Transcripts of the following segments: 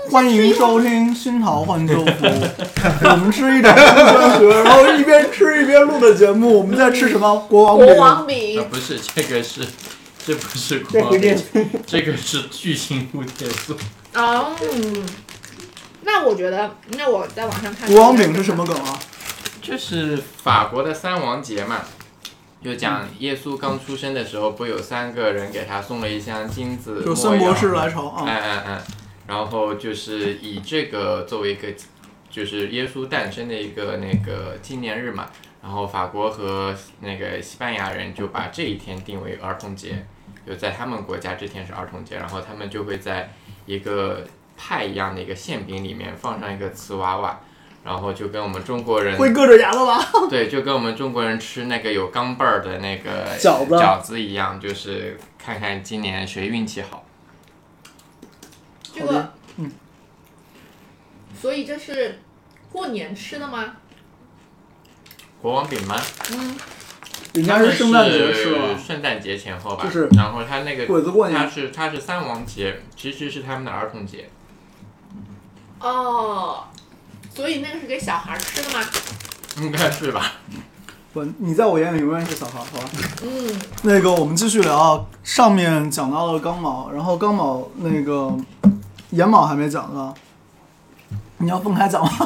欢迎收听熏陶换州府。我们吃一点中学，然后一边吃一边录的节目。我们在吃什么？国王饼。 不是，这不是国王饼，这个是巨型蝴蝶酥。 哦，那我觉得，那我在网上看。 国王饼是什么梗啊？ 就是法国的三王节嘛。就讲耶稣刚出生的时候，不有3个人给他送了一箱金子， 就孙博士来朝啊。 然后就是以这个作为一个，就是耶稣诞生的一个那个纪念日嘛。然后法国和那个西班牙人就把这一天定为儿童节，就在他们国家这天是儿童节，然后他们就会在一个派一样的一个馅饼里面放上一个瓷娃娃。然后就跟我们中国人会硌着牙的吧？ 对，就跟我们中国人吃那个有钢镚儿的那个饺子一样，就是看看今年谁运气好。 这个，所以这是过年吃的吗？ 国王饼吗？ 应该是圣诞节吃了。 圣诞节前后吧。 就是。 然后他那个鬼子过年， 他是三王节，其实是他们的儿童节。 哦。所以那个是给小孩吃的吗？ 应该是吧。 不，你在我眼里永远是小孩，好吧？那个我们继续聊，上面讲到了刚卯，然后刚卯那个寅卯还没讲呢。你要分开讲吗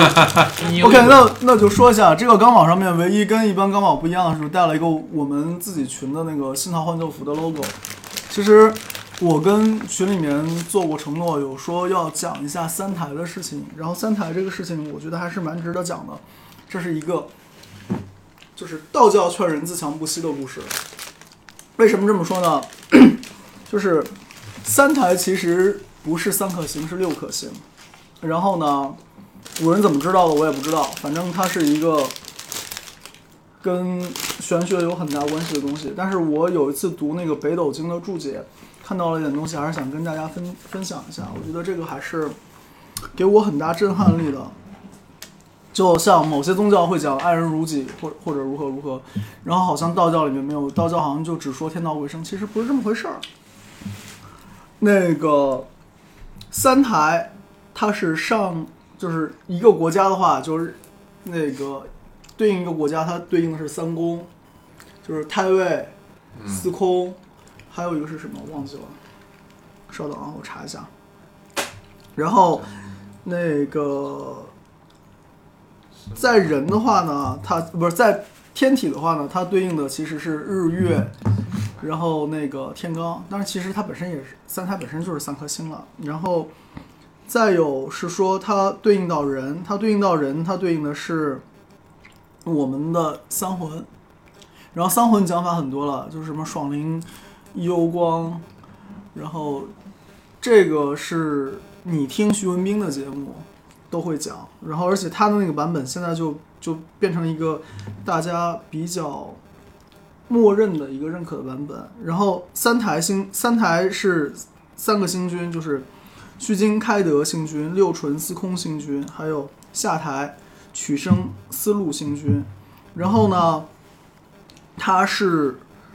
？OK， 那就说一下，这个刚卯上面唯一跟一般刚卯不一样的是带了一个我们自己群的那个新桃换旧符的 logo。其实我跟群里面做过承诺，有说要讲一下三台的事情，然后三台这个事情我觉得还是蛮值得讲的。这是一个就是道教劝人自强不息的故事。为什么这么说呢？就是三台其实不是3颗星，是6颗星。然后呢，古人怎么知道的我也不知道，反正它是一个跟玄学有很大关系的东西。但是我有一次读那个北斗经的注解，看到了一点东西，还是想跟大家分享一下。我觉得这个还是给我很大震撼力的。就像某些宗教会讲爱人如己，或者如何如何，然后好像道教里面没有，道教好像就只说天道为生，其实不是这么回事儿。那个三台，它是就是一个国家的话，就是那个对应一个国家，它对应的是3宫，就是太尉、司空，还有一个是什么忘记了，稍等啊，我查一下。然后那个在人的话呢，它不是在天体的话呢，它对应的其实是日月，然后那个天罡，但是其实它本身也是三台本身就是3颗星了。然后再有是说它对应到人，它对应的是我们的三魂。然后三魂讲法很多了，就是什么爽灵、幽光，然后这个是你听徐文斌的节目都会讲，然后而且他的那个版本现在就变成一个大家比较默认的一个认可的版本。然后三台是3个星君，就是虚金、开德星君、六纯、司空星君，还有下台、取生、司禄星君。然后呢，它是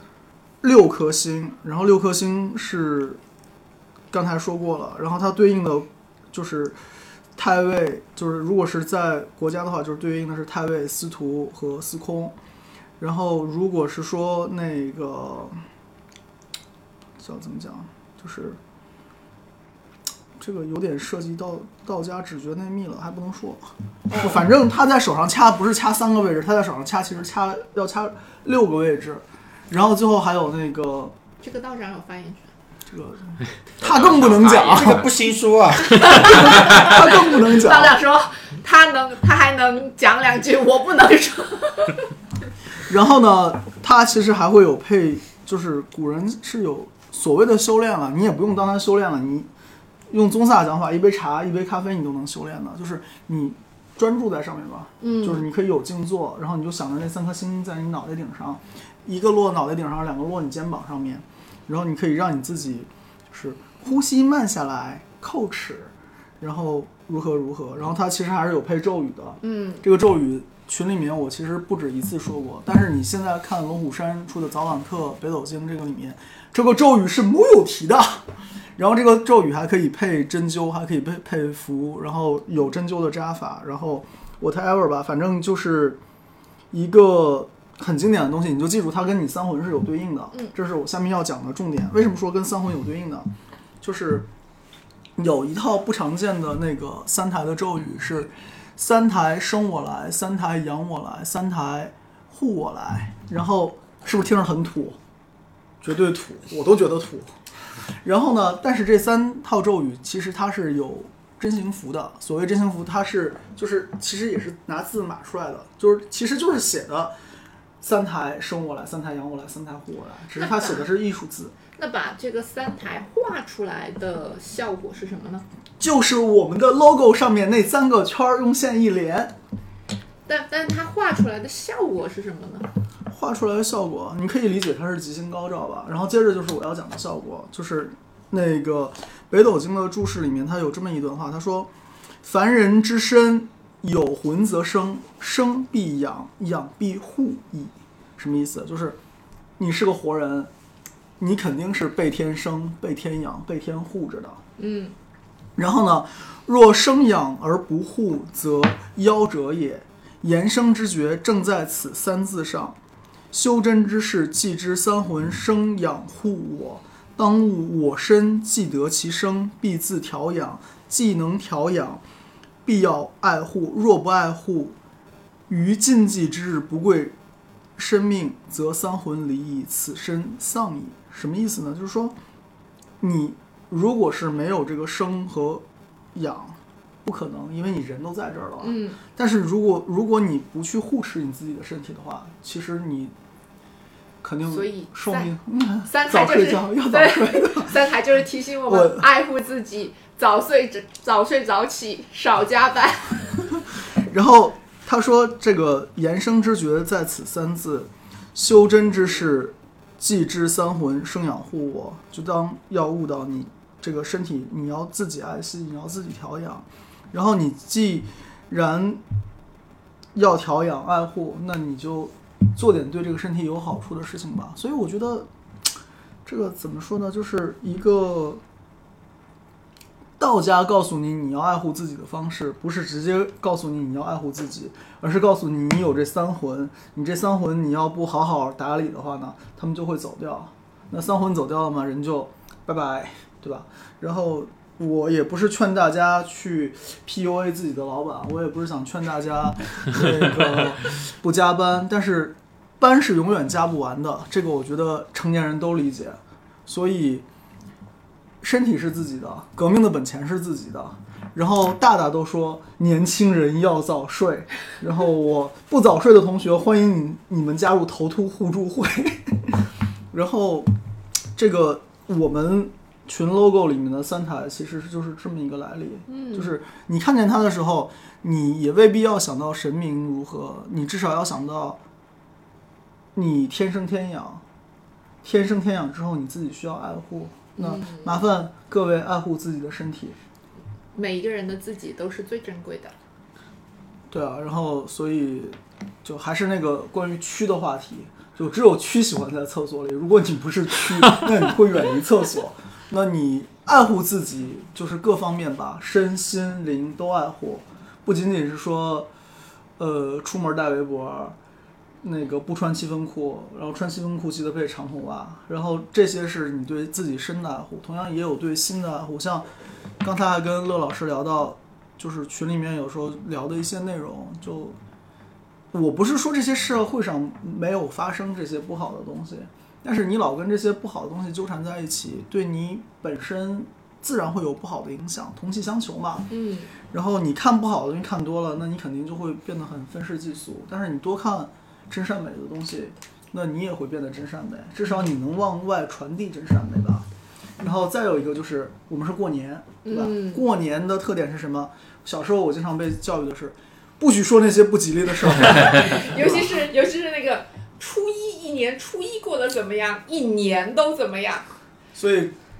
6颗星，然后6颗星是刚才说过了，然后它对应的就是太尉，就是如果是在国家的话，就是对应的是太尉、司徒和司空。然后如果是说那个叫怎么讲，就是这个有点涉及到道家指诀内秘了，还不能说。反正他在手上掐不是掐3个位置，他在手上掐其实要掐6个位置。然后最后还有那个这个道长有发言权。 这个他更不能讲， 这个不新说啊， 他更不能讲。 道长说他还能讲2句，我不能说。 然后呢，他其实还会有就是古人是有所谓的修炼了，你也不用当他修炼了，你用宗萨讲法，一杯茶、一杯咖啡你都能修炼的，就是你专注在上面吧，就是你可以有静坐，然后你就想着那3颗星在你脑袋顶上，一个落脑袋顶上，2个落你肩膀上面。然后你可以让你自己就是呼吸慢下来，叩齿，然后如何如何，然后它其实还是有配咒语的。这个咒语群里面我其实不止一次说过，但是你现在看龙虎山出的早晚课北斗经这个里面，这个咒语是没有提的。然后这个咒语还可以配针灸，还可以配符，然后有针灸的扎法，然后 whatever 吧，反正就是一个很经典的东西，你就记住它跟你三魂是有对应的。这是我下面要讲的重点。为什么说跟三魂有对应呢？就是有一套不常见的那个三台的咒语是三台生我来，三台养我来，三台护我来。然后是不是听着很土？绝对土，我都觉得土。然后呢，但是这三套咒语其实它是有真行符的。所谓真行符，它是就是其实也是拿字码出来的，其实就是写的三台生我来，三台养我来，三台护我来，只是它写的是艺术字。 那把这个三台画出来的效果是什么呢？ 就是我们的 logo 上面那3个圈用线一连。 但它画出来的效果是什么呢？ 画出来的效果，你可以理解它是吉星高照吧。然后接着就是我要讲的效果，就是那个北斗经的注释里面，它有这么一段话，他说：“凡人之身，有魂则生，生必养，养必护矣。”什么意思？就是你是个活人，你肯定是被天生、被天养、被天护着的。然后呢，若生养而不护，则夭折也。延生之诀正在此三字上。修真之事，既知三魂生养护我，当务我身既得其生，必自调养；既能调养，必要爱护。若不爱护，于禁忌之日不贵生命，则三魂离矣，此身丧矣。什么意思呢？就是说，你如果是没有这个生和养，不可能，因为你人都在这儿了。但是如果你不去护持你自己的身体的话，其实你肯定寿命三台早睡觉要早睡的。 三台就是提醒我们爱护自己，早睡早起，少加班。 然后他说这个延生之诀在此三字，修真之事，既知三魂生养护我，就当要悟到你这个身体你要自己爱惜，你要自己调养。然后你既然要调养爱护，那你就做点对这个身体有好处的事情吧。所以我觉得这个怎么说呢，就是一个道家告诉你你要爱护自己的方式，不是直接告诉你你要爱护自己，而是告诉你你有这三魂，你这三魂你要不好好打理的话呢，他们就会走掉。那三魂走掉了嘛，人就拜拜，对吧？然后我也不是劝大家去 PUA 自己的老板，我也不是想劝大家那个不加班，但是班是永远加不完的，这个我觉得成年人都理解。所以身体是自己的，革命的本钱是自己的。然后大大都说年轻人要早睡，然后我不早睡的同学欢迎你们加入头秃互助会。然后这个我们群 logo 里面的三台其实就是这么一个来历。就是你看见它的时候，你也未必要想到神明如何，你至少要想到你天生天养，天生天养之后你自己需要爱护。那麻烦各位爱护自己的身体， 每一个人的自己都是最珍贵的。 对啊，然后所以就还是那个关于蛆的话题，就只有蛆喜欢在厕所里，如果你不是蛆，那你会远离厕所。那你爱护自己就是各方面吧，身心灵都爱护，不仅仅是说出门带围脖，那个不穿七分裤，然后穿七分裤记得配长筒袜，然后这些是你对自己身的爱护，同样也有对心的爱护。像刚才还跟乐老师聊到，就是群里面有时候聊的一些内容，就我不是说这些社会上没有发生这些不好的东西，但是你老跟这些不好的东西纠缠在一起，对你本身自然会有不好的影响，同气相求嘛。然后你看不好的东西看多了，那你肯定就会变得很愤世嫉俗。但是你多看真善美的东西，那你也会变得真善美，至少你能往外传递真善美吧。然后再有一个就是我们是过年，对吧？过年的特点是什么？小时候我经常被教育的是，不许说那些不吉利的事儿。 尤其是那个初一，一年初一过得怎么样，一年都怎么样。 所以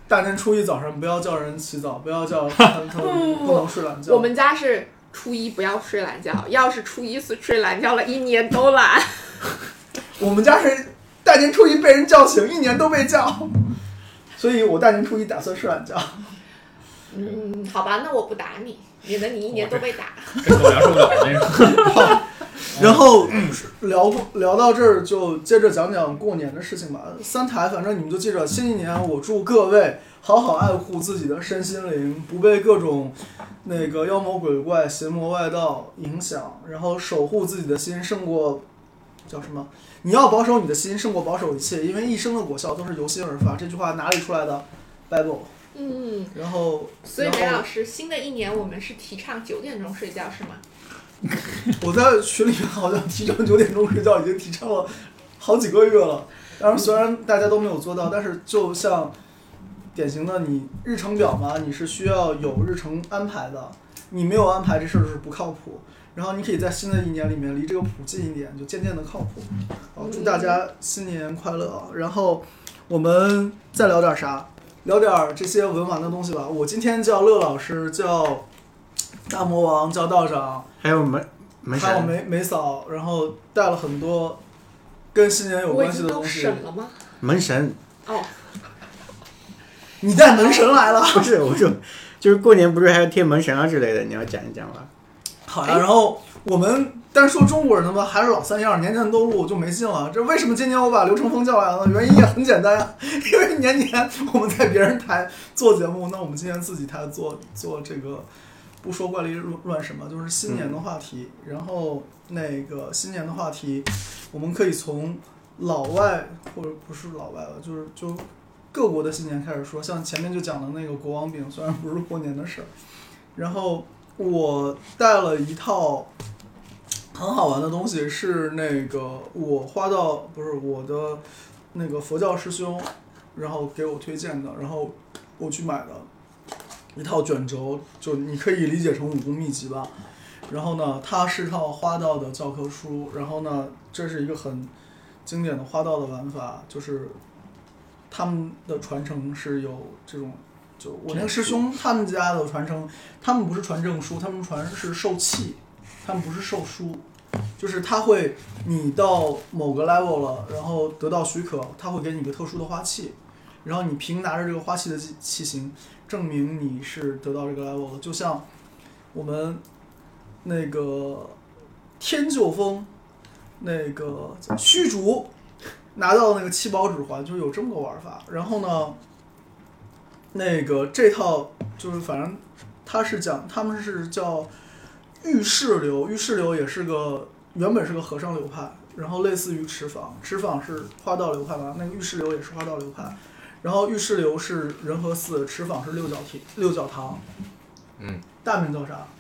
大年初一早上不要叫人起早，不要叫他们不能睡懒觉。 我们家是初一不要睡懒觉，要是初一睡懒觉了，一年都懒。 我们家是大年初一被人叫醒，一年都被叫，所以我大年初一打算睡懒觉。 好吧，那我不打你，免得你一年都被打。 跟狗粮受不了那种。 然后聊到这儿，就接着讲讲过年的事情吧。三台，反正你们就记着，新一年我祝各位好好爱护自己的身心灵，不被各种那个妖魔鬼怪、邪魔外道影响，然后守护自己的心胜过叫什么？你要保守你的心胜过保守一切，因为一生的果效都是由心而发。这句话哪里出来的 ？Bible。然后， 所以梅老师，新的一年我们是提倡9点钟睡觉是吗？ 我在群里面好像提倡9点钟睡觉，已经提倡了好几个月了。当然，虽然大家都没有做到，但是就像典型的你日程表嘛，你是需要有日程安排的。你没有安排，这事儿是不靠谱。然后你可以在新的一年里面离这个谱近一点，就渐渐的靠谱。好，祝大家新年快乐啊！然后我们再聊点啥？聊点这些文玩的东西吧。我今天叫乐老师，叫大魔王，叫道长， 还有门还有梅嫂，然后带了很多跟新年有关系的东西。 我已经都审了吗？ 门神。 哦， 你带门神来了？ 不是，我说就是过年不是还要贴门神啊之类的，你要讲一讲吧。 好呀，然后我们单说中国人的吧，还是老三样，年年都录就没劲了。这为什么今年我把刘成峰叫来了？原因也很简单呀，因为年年我们在别人台做节目，那我们今年自己台做这个，不说怪力乱神嘛，就是新年的话题。然后那个新年的话题，我们可以从老外或者不是老外了，就各国的新年开始说，像前面就讲的那个国王饼，虽然不是过年的事儿，然后。我带了一套很好玩的东西，是那个我的那个佛教师兄，然后给我推荐的，然后我去买的一套卷轴，就你可以理解成武功秘籍吧。然后呢，它是套花道的教科书，然后呢，这是一个很经典的花道的玩法，就是他们的传承是有这种。就我那个师兄他们家的传承，他们不是传证书，他们传是授器，他们不是授书，就是他会你到某个 level 了，然后得到许可，他会给你一个特殊的花器，然后你凭拿着这个花器的器型证明你是得到这个 level 了。就像我们那个天救峰那个虚竹拿到那个七宝指环，就有这么个玩法。然后呢，那个这套就是反正他们是叫御世流，御世流也是个原本是个和尚流派，然后类似于持坊是花道流派吧，那个御世流也是花道流派，然后御世流是仁和寺，持坊是六角堂。大名叫啥？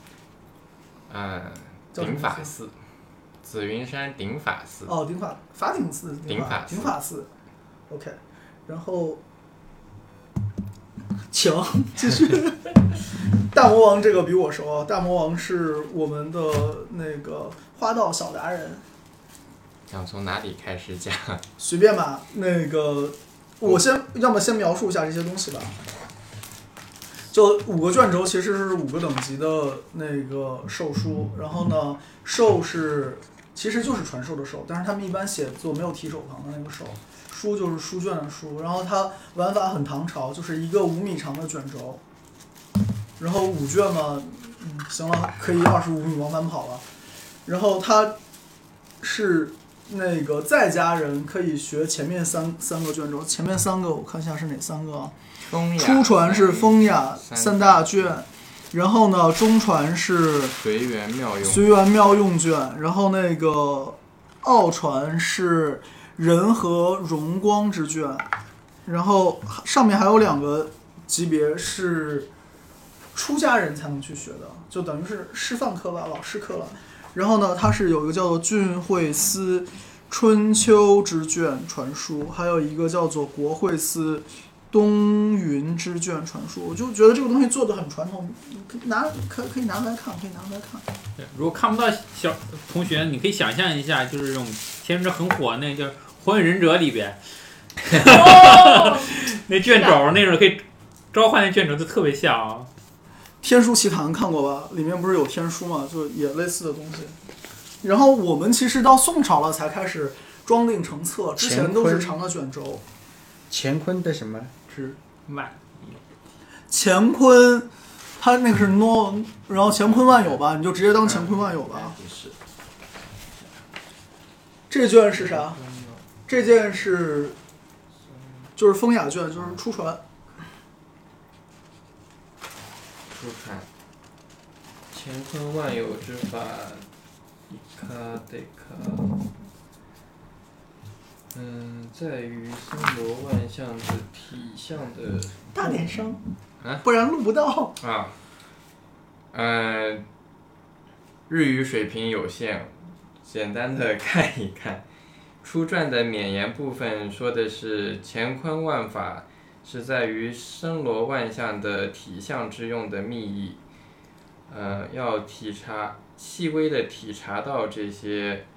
顶法寺，紫云山顶法寺。 哦，法顶寺。 顶法寺。 OK， 然后。请继续。大魔王这个比我熟啊，大魔王是我们的那个花道小达人。 想从哪里开始讲？ 随便吧。那个，我要么先描述一下这些东西吧。就5个卷轴其实是5个等级的那个授书，然后呢，授其实就是传授的授，但是他们一般写作没有提手旁的那个授。书就是书卷的书，然后它玩法很唐朝，就是一个5米长的卷轴，然后5卷嘛，行了，可以25米往返跑了。然后它是那个在家人可以学前面三个卷轴，前面3个我看一下是哪3个啊？初传是风雅3大卷，然后呢中传是随缘妙用卷，然后那个奥传是人和荣光之卷，然后上面还有2个级别是出家人才能去学的，就等于是师范课吧，老师课了。然后呢，它是有一个叫做俊会司春秋之卷传书，还有一个叫做国会司东云之卷传书。我就觉得这个东西做的很传统，可以拿出来看， 对，如果看不到小同学，你可以想象一下，就是这种前阵很火那个叫《火影忍者》里边，那卷轴那种可以召唤的卷轴就特别像啊。 天书奇谭看过吧？里面不是有天书嘛，就也类似的东西。然后我们其实到宋朝了才开始装订成册，之前都是长的卷轴。 乾坤的什么之万？ 乾坤，它那个是诺，然后乾坤万有吧，你就直接当乾坤万有吧。 不是。 这卷是啥？这件是就是风雅卷，就是出传。 出传。乾坤万有之法，一卡得卡。在于森罗万象的体象的。 大点声啊， 不然录不到啊。日语水平有限，简单的看一看。初传的勉言部分说的是乾坤万法是在于森罗万象的体象之用的密意，要体察细微的体察到这些，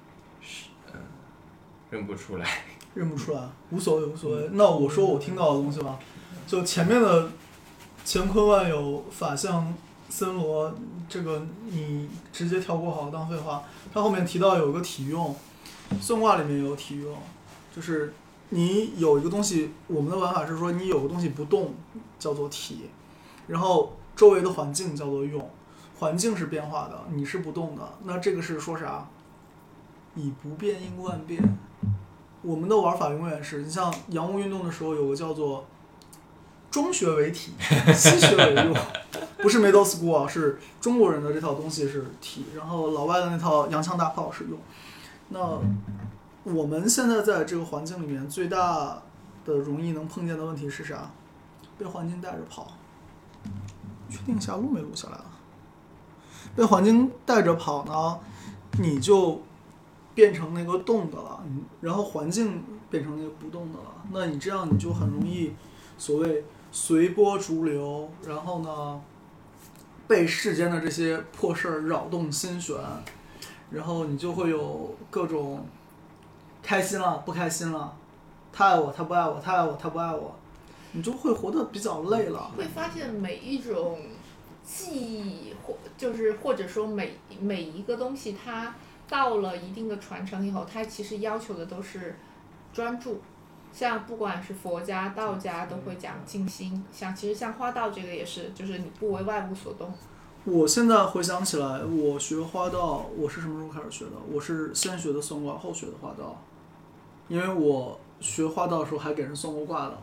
认不出来。 认不出来，无所谓无所谓。那我说我听到的东西吧，就前面的乾坤万有法相森罗，这个你直接跳过好当废话。它后面提到有一个体用，算卦里面有体用，就是你有一个东西，我们的玩法是说你有个东西不动叫做体，然后周围的环境叫做用，环境是变化的，你是不动的。那这个是说啥？以不变应万变。我们的玩法永远是，你像洋务运动的时候有个叫做中学为体，西学为用，不是 middle school 啊，是中国人的这套东西是体，然后老外的那套洋枪大炮是用。那我们现在在这个环境里面最大的容易能碰见的问题是啥？被环境带着跑。确定一下录没录下来啊？被环境带着跑呢，你就变成那个动的了，然后环境变成那个不动的了，那你这样你就很容易所谓随波逐流，然后呢被世间的这些破事儿扰动心弦，然后你就会有各种开心了不开心了，他爱我他不爱我，他爱我他不爱我，你就会活得比较累了。 会发现每一种记忆或者说每一个东西它到了一定的传承以后，它其实要求的都是专注。像不管是佛家、道家都会讲静心，其实像花道这个也是，就是你不为外物所动。 我现在回想起来，我学花道，我是什么时候开始学的？我是先学的算卦，后学的花道。因为我学花道的时候还给人算过卦的。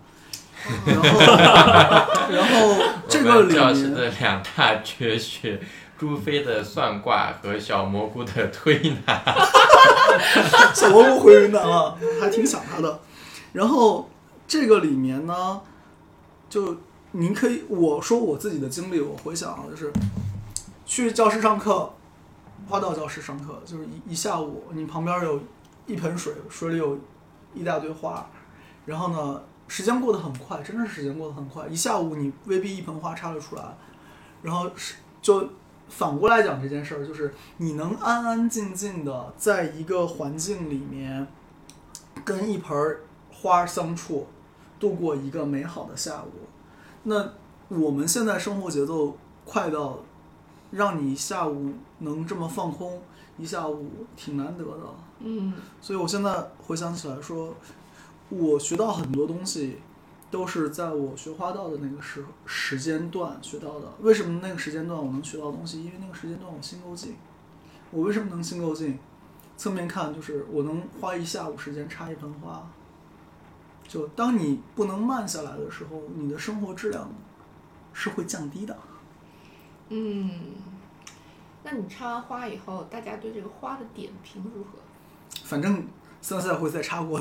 然后这个里面， 教师的两大绝学。朱飞的算卦和小蘑菇的推拿。 小蘑菇回云南了，还挺想他的。然后这个里面呢，就您可以我说我自己的经历，我回想就是去教室上课，花道教室上课，就是一下午，你旁边有一盆水，水里有一大堆花，然后呢，时间过得很快，真的是时间过得很快，一下午你未必一盆花插得出来，然后就。反过来讲这件事儿，就是你能安安静静的在一个环境里面，跟一盆花相处，度过一个美好的下午。那我们现在生活节奏快到，让你下午能这么放空，一下午挺难得的。所以我现在回想起来说，我学到很多东西。都是在我学花道的那个时间段学到的。为什么那个时间段我能学到东西？因为那个时间段我心够静。我为什么能心够静？侧面看就是我能花一下午时间插一盆花。就当你不能慢下来的时候，你的生活质量是会降低的。 那你插完花以后，大家对这个花的点评如何？ 反正3赛会再插过的。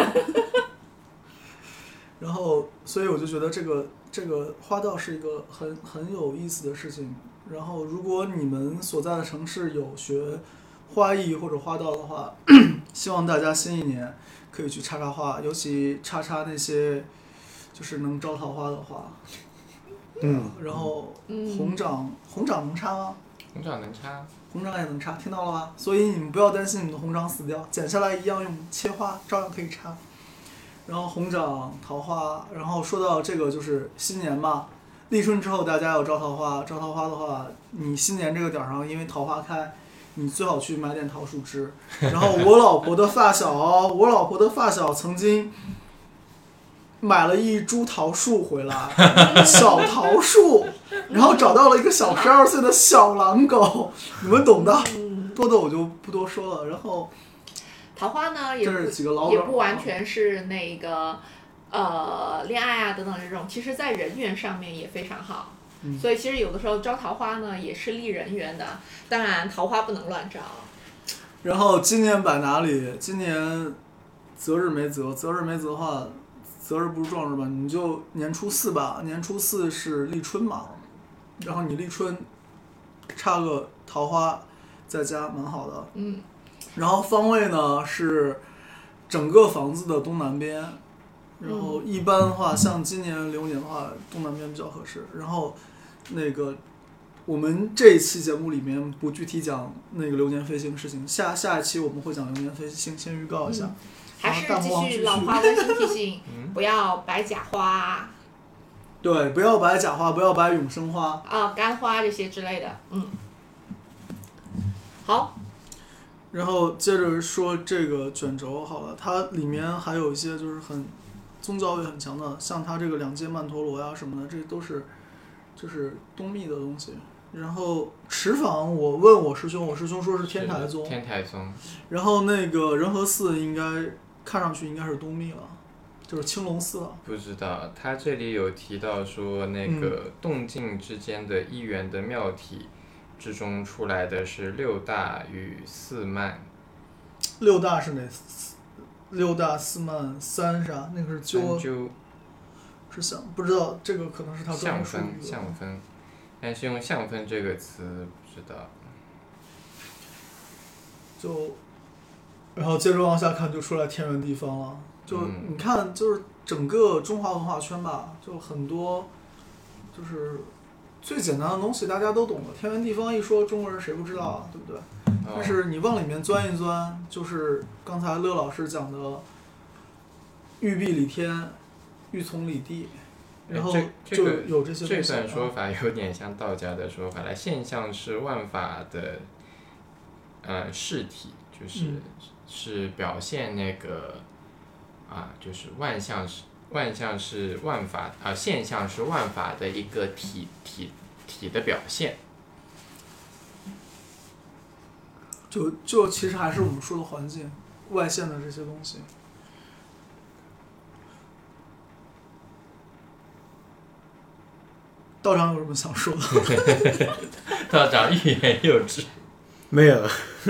然后，所以我就觉得这个花道是一个很有意思的事情。然后，如果你们所在的城市有学花艺或者花道的话，希望大家新一年可以去插花，尤其插那些就是能招桃花的花。然后红掌能插吗？ 红掌能插。 红掌也能插，听到了吧？所以你们不要担心你们的红掌死掉，剪下来一样用切花，照样可以插。然后红掌桃花，然后说到这个就是新年嘛， 立春之后大家要招桃花，招桃花的话，你新年这个点上，因为桃花开，你最好去买点桃树枝。然后我老婆的发小曾经买了一株桃树回来，小桃树，然后找到了一个小12岁的小狼狗，你们懂的，多的我就不多说了。然后桃花呢也这是几个老梗， 也不完全是那个恋爱啊等等这种，其实在人缘上面也非常好。所以其实有的时候招桃花呢也是立人缘的，当然桃花不能乱招。 然后今年摆哪里？今年择日没择，择日没择的话，择日不如撞日吧，你就年初4吧。年初4是立春嘛，然后你立春插个桃花在家蛮好的。然后方位呢是整个房子的东南边，然后一般的话，像今年流年的话，东南边比较合适。然后那个我们这一期节目里面不具体讲那个流年飞星事情，下一期我们会讲流年飞星，先预告一下。 还是继续老话温馨提醒，不要摆假花。 对，不要摆假花，不要摆永生花啊，干花这些之类的。好。 然后接着说这个卷轴好了，它里面还有一些就是很宗教味很强的，像它这个2阶曼陀罗呀什么的，这都是就是东密的东西。然后持坊，我问我师兄，我师兄说是天台宗。 天台宗。 然后那个仁和寺应该看上去应该是东密了，就是青龙寺了。 不知道，他这里有提到说那个动静之间的一元的庙体之中出来的是6大与4曼。 6大是哪？6大4曼3啥？那个是灸。 是想不知道，这个可能是他专业术语。 相分，但是用相分这个词不知道。 然后接着往下看，就出来天圆地方了。就你看，就是整个中华文化圈吧，就很多，就是最简单的东西大家都懂的。天圆地方一说，中国人谁不知道啊？对不对？但是你往里面钻一钻，就是刚才乐老师讲的玉壁里天，玉琮里地，然后就有这些东西。 这段说法有点像道家的说法了。现象是万法的实体，是表现那个就是万象是万法现象是万法的一个体的表现。 就其实还是我们说的环境外线的这些东西。道长有什么想说的？ 道长欲言又止。 没有。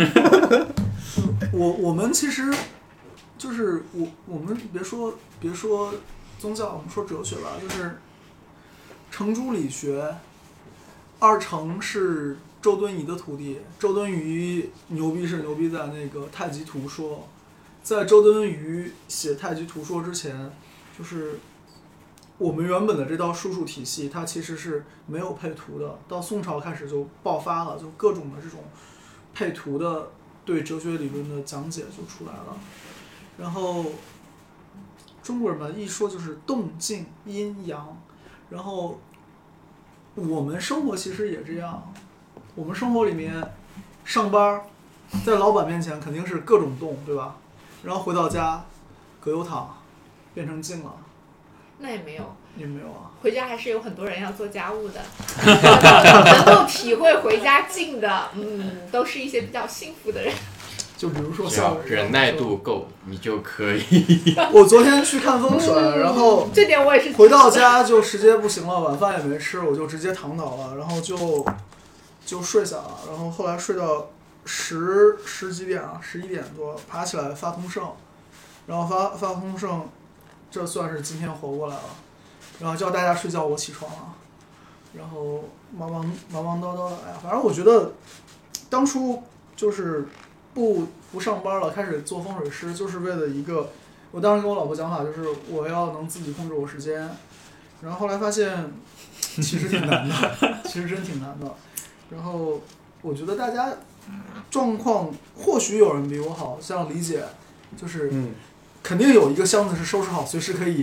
我们其实就是我们别说宗教，我们说哲学吧，就是程朱理学。二程是周敦颐的徒弟，周敦颐牛逼是牛逼在那个太极图说，在周敦颐写太极图说之前，就是我们原本的这套术数体系，它其实是没有配图的，到宋朝开始就爆发了，就各种的这种配图的对哲学理论的讲解就出来了。然后中国人嘛，一说就是动静阴阳，然后我们生活其实也这样，我们生活里面上班在老板面前肯定是各种动，对吧？然后回到家葛优躺变成静了。 那也没有。 也没有啊。 回家还是有很多人要做家务的，能够体会回家静的，都是一些比较幸福的人。 就比如说只要忍耐度够，你就可以。 我昨天去看风水，然后这点我也是。 回到家就时间不行了，晚饭也没吃，我就直接躺倒了，然后就睡下了，然后后来睡到十几点啊，11点多，爬起来发通胜，然后发通胜，这算是今天活过来了，然后叫大家睡觉，我起床了，然后忙叨叨的，哎呀，反正我觉得当初就是不上班了，开始做风水师，就是为了一个，我当时跟我老婆讲法就是我要能自己控制我时间，然后后来发现其实挺难的，其实真挺难的。然后我觉得大家状况或许有人比我好，像李姐，就是肯定有一个箱子是收拾好，随时可以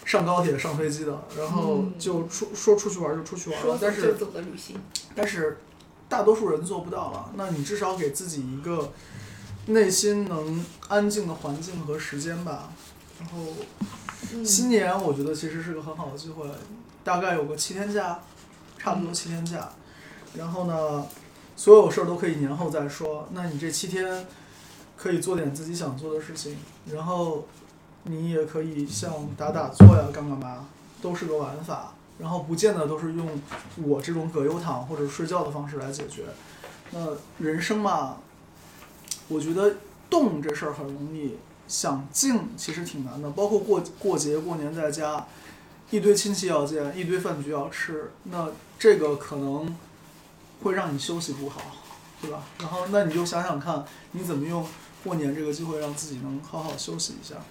上高铁、上飞机的，然后就说出去玩就出去玩了，但是走的旅行， 但是大多数人做不到了。那你至少给自己一个内心能安静的环境和时间吧。然后新年我觉得其实是个很好的机会，大概有个7天假，差不多7天假。然后呢，所有事儿都可以年后再说。那你这7天可以做点自己想做的事情，然后你也可以像打坐呀、干嘛，都是个玩法。然后不见得都是用我这种葛优躺或者睡觉的方式来解决。那人生嘛，我觉得动这事儿很容易，想静其实挺难的。包括过节过年在家，一堆亲戚要见，一堆饭局要吃，那这个可能会让你休息不好，对吧？然后那你就想想看，你怎么用过年这个机会让自己能好好休息一下。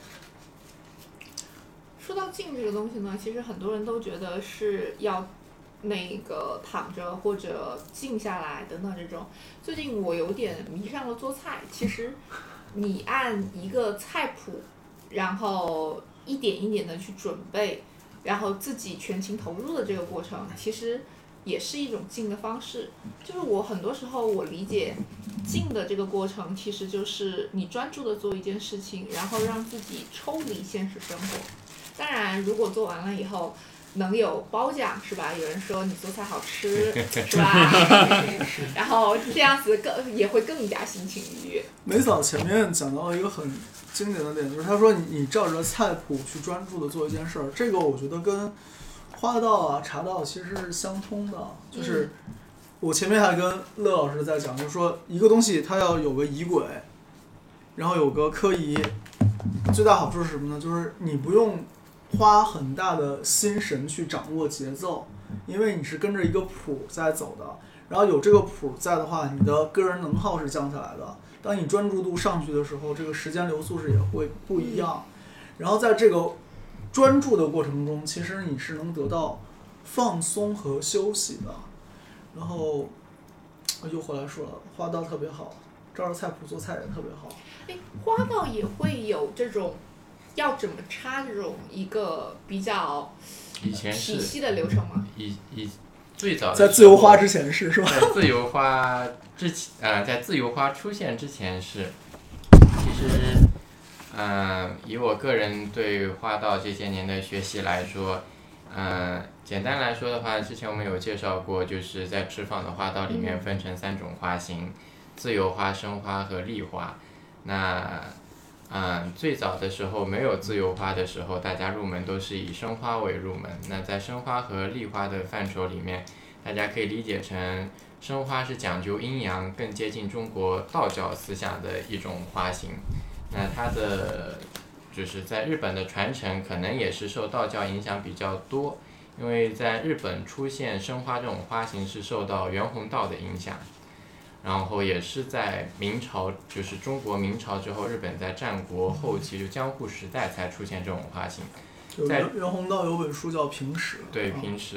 说到静这个东西呢，其实很多人都觉得是要那个躺着或者静下来等等这种。最近我有点迷上了做菜，其实你按一个菜谱，然后一点一点的去准备，然后自己全情投入的这个过程，其实也是一种静的方式。就是我很多时候我理解静的这个过程，其实就是你专注的做一件事情，然后让自己抽离现实生活。当然如果做完了以后能有褒奖是吧，有人说你做菜好吃是吧然后这样子也会更加心情愉悦。 梅嫂前面讲到了一个很经典的点，就是他说你照着菜谱去专注的做一件事儿，这个我觉得跟花道啊茶道其实是相通的。就是我前面还跟乐老师在讲，就是说一个东西它要有个仪轨，然后有个科仪，最大好处是什么呢？就是你不用花很大的心神去掌握节奏，因为你是跟着一个谱在走的。然后有这个谱在的话，你的个人能耗是降下来的。当你专注度上去的时候，这个时间流速是也会不一样。然后在这个专注的过程中，其实你是能得到放松和休息的。然后又回来说了，花道特别好，照着菜谱做菜也特别好。 花道也会有这种要怎么插这种一个比较体系的流程吗？ 最早的在自由花之前是吧？ 在自由花之前，在自由花出现之前是，其实，以我个人对花道这些年的学习来说，简单来说的话，之前我们有介绍过，就是在持坊的花道里面分成3种花型，自由花、生花和立花。那最早的时候没有自由花的时候，大家入门都是以生花为入门。那在生花和立花的范畴里面，大家可以理解成生花是讲究阴阳，更接近中国道教思想的一种花型。那它的就是在日本的传承可能也是受道教影响比较多，因为在日本出现生花这种花型是受到袁宏道的影响。然后也是在明朝，就是中国明朝之后，日本在战国后期就江户时代才出现这种花型。 在袁宏道有本书叫《平史》。 对，平史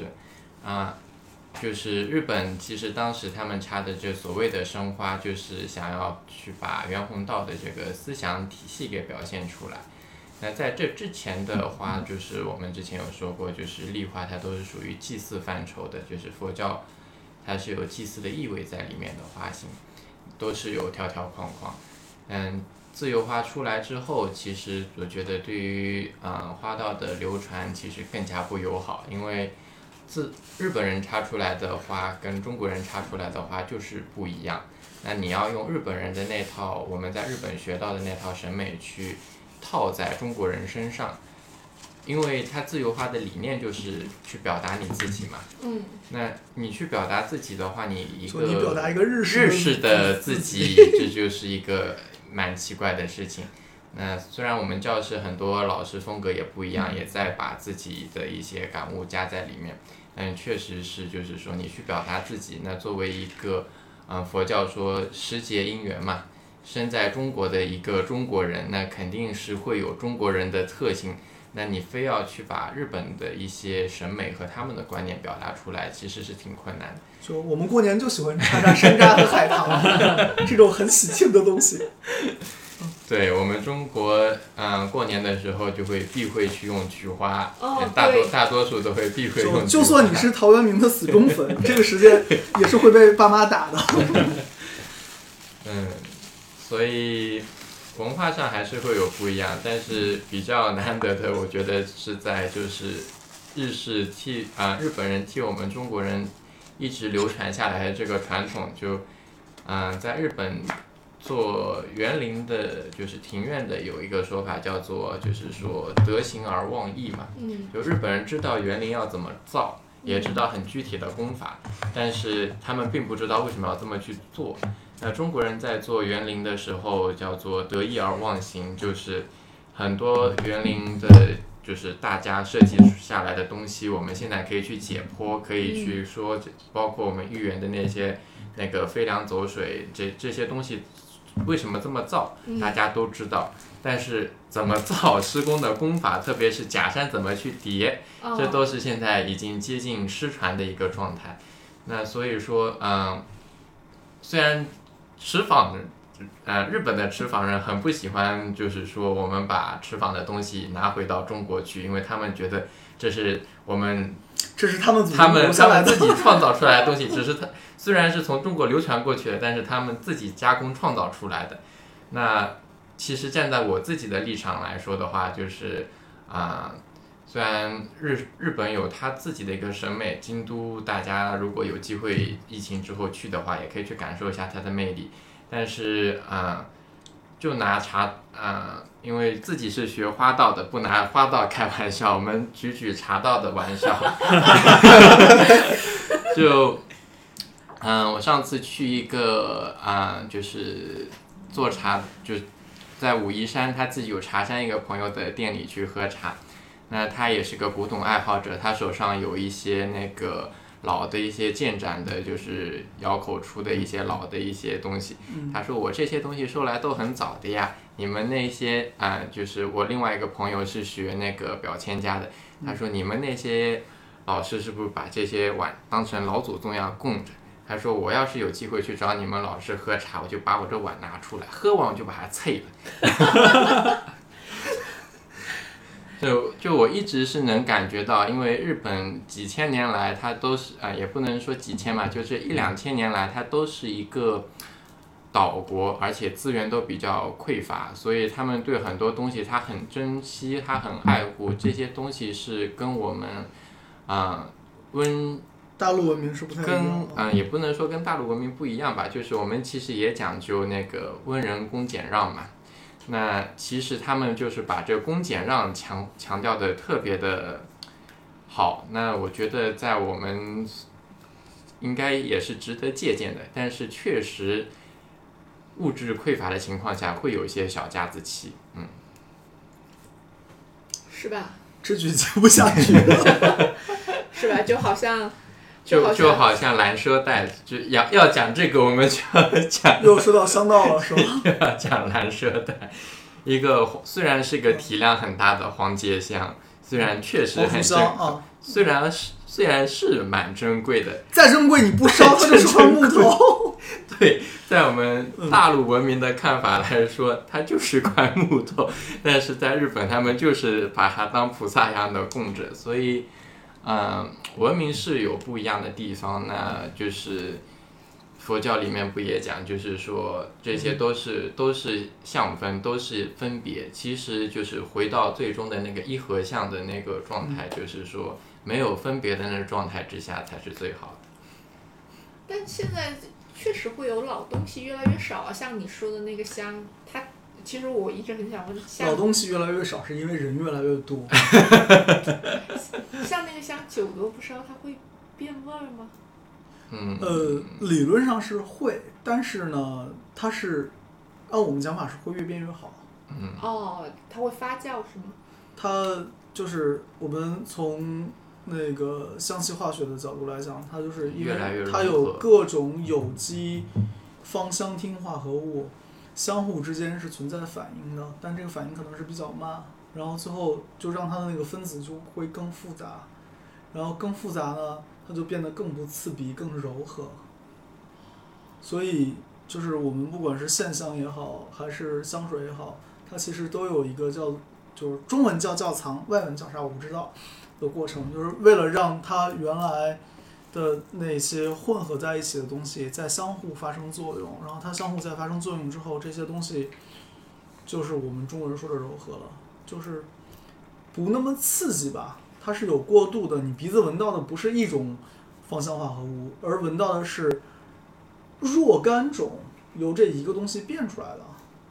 就是日本其实当时他们插的这所谓的生花，就是想要去把袁宏道的这个思想体系给表现出来。那在这之前的花，就是我们之前有说过，就是立花它都是属于祭祀范畴的，就是佛教它是有祭祀的意味在里面的花型，都是有条条框框。自由花出来之后，其实我觉得对于花道的流传其实更加不友好，因为日本人插出来的花跟中国人插出来的花就是不一样。那你要用日本人的那套我们在日本学到的那套审美去套在中国人身上，因为它自由花的理念就是去表达你自己嘛。那你去表达自己的话，你表达一个日式的自己，这就是一个蛮奇怪的事情。那虽然我们教室很多老师风格也不一样，也在把自己的一些感悟加在里面，但确实是就是说你去表达自己，那作为一个佛教说时节因缘嘛，生在中国的一个中国人，那肯定是会有中国人的特性。那你非要去把日本的一些审美和他们的观念表达出来，其实是挺困难的。 就我们过年就喜欢插山楂和海棠这种很喜庆的东西。 对我们中国，过年的时候就会避讳去用菊花， 对大多数都会避讳用菊花。 就算你是陶渊明的死忠粉，这个时间也是会被爸妈打的。 所以文化上还是会有不一样，但是比较难得的，我觉得是在就是日本人替我们中国人一直流传下来的这个传统，就在日本做园林的，就是庭院的有一个说法叫做就是说得形而忘义嘛，就日本人知道园林要怎么造，也知道很具体的功法，但是他们并不知道为什么要这么去做。那中国人在做园林的时候叫做得意而忘形，就是很多园林的就是大家设计下来的东西，我们现在可以去解剖，可以去说，包括我们豫园的那个飞梁走水这些东西为什么这么造，大家都知道，但是怎么造施工的功法，特别是假山怎么去叠，这都是现在已经接近失传的一个状态。那所以说虽然日本的持坊人很不喜欢，就是说我们把持坊的东西拿回到中国去，因为他们觉得这是他们自己创造出来的东西，只是虽然是从中国流传过去的，但是他们自己加工创造出来的。那其实站在我自己的立场来说的话，就是虽然日本有他自己的一个审美，京都大家如果有机会疫情之后去的话，也可以去感受一下它的魅力。但是就拿因为自己是学花道的，不拿花道开玩笑，我们举茶道的玩笑。就我上次去一个就是做茶，就在武夷山，他自己有茶山一个朋友的店里去喝茶。那他也是个古董爱好者，他手上有一些那个老的一些建盏的，就是窑口出的一些老的一些东西。他说我这些东西收来都很早的呀，你们那些就是我另外一个朋友是学那个表千家的，他说你们那些老师是不是把这些碗当成老祖宗一样供着？他说我要是有机会去找你们老师喝茶，我就把我这碗拿出来，喝完我就把它碎了。就我一直是能感觉到，因为日本几千年来它都是也不能说几千吧，就是1-2千年来它都是一个岛国，而且资源都比较匮乏，所以他们对很多东西他很珍惜，他很爱护，这些东西是跟我们大陆文明是不太一样的。 也不能说跟大陆文明不一样吧，就是我们其实也讲究那个温人恭俭让嘛。那其实他们就是把这个恭俭让强调的特别的好，那我觉得在我们应该也是值得借鉴的，但是确实物质匮乏的情况下会有一些小家子气， 是吧？ 这句接不下去了。 是吧？就好像蓝赊带，就要讲这个，我们就要讲。 又说到香道了，是吧？ 要讲蓝赊带，一个虽然是个体量很大的黄结香，虽然确实很珍虽然是蛮珍贵的， 再珍贵你不烧，它就是块木头。 对，在我们大陆文明的看法来说，它就是块木头，但是在日本他们就是把它当菩萨一样的供着，所以。文明是有不一样的地方，那就是佛教里面不也讲，就是说这些都是相分，都是分别，其实就是回到最终的那个一合相的那个状态，就是说没有分别的那个状态之下才是最好的。 但现在确实会有老东西越来越少啊，像你说的那个香，它其实我一直很想问， 老东西越来越少是因为人越来越多。 像那个香久多不烧，它会变味儿吗？ 理论上是会，但是呢，它是按我们讲法是会越变越好。 它会发酵是吗？ 它就是我们从那个香气化学的角度来讲，它就是因为它有各种有机芳香烃化合物。相互之间是存在反应的，但这个反应可能是比较慢，然后最后就让它的那个分子就会更复杂，然后更复杂呢，它就变得更不刺鼻，更柔和。所以就是我们不管是线香也好，还是香水也好，它其实都有一个就是中文叫藏，外文叫啥我不知道的过程，就是为了让它原来的那些混合在一起的东西在相互发生作用，然后它相互在发生作用之后，这些东西就是我们中国人说的柔和了，就是不那么刺激吧，它是有过渡的，你鼻子闻到的不是一种芳香化合物，而闻到的是若干种由这一个东西变出来的。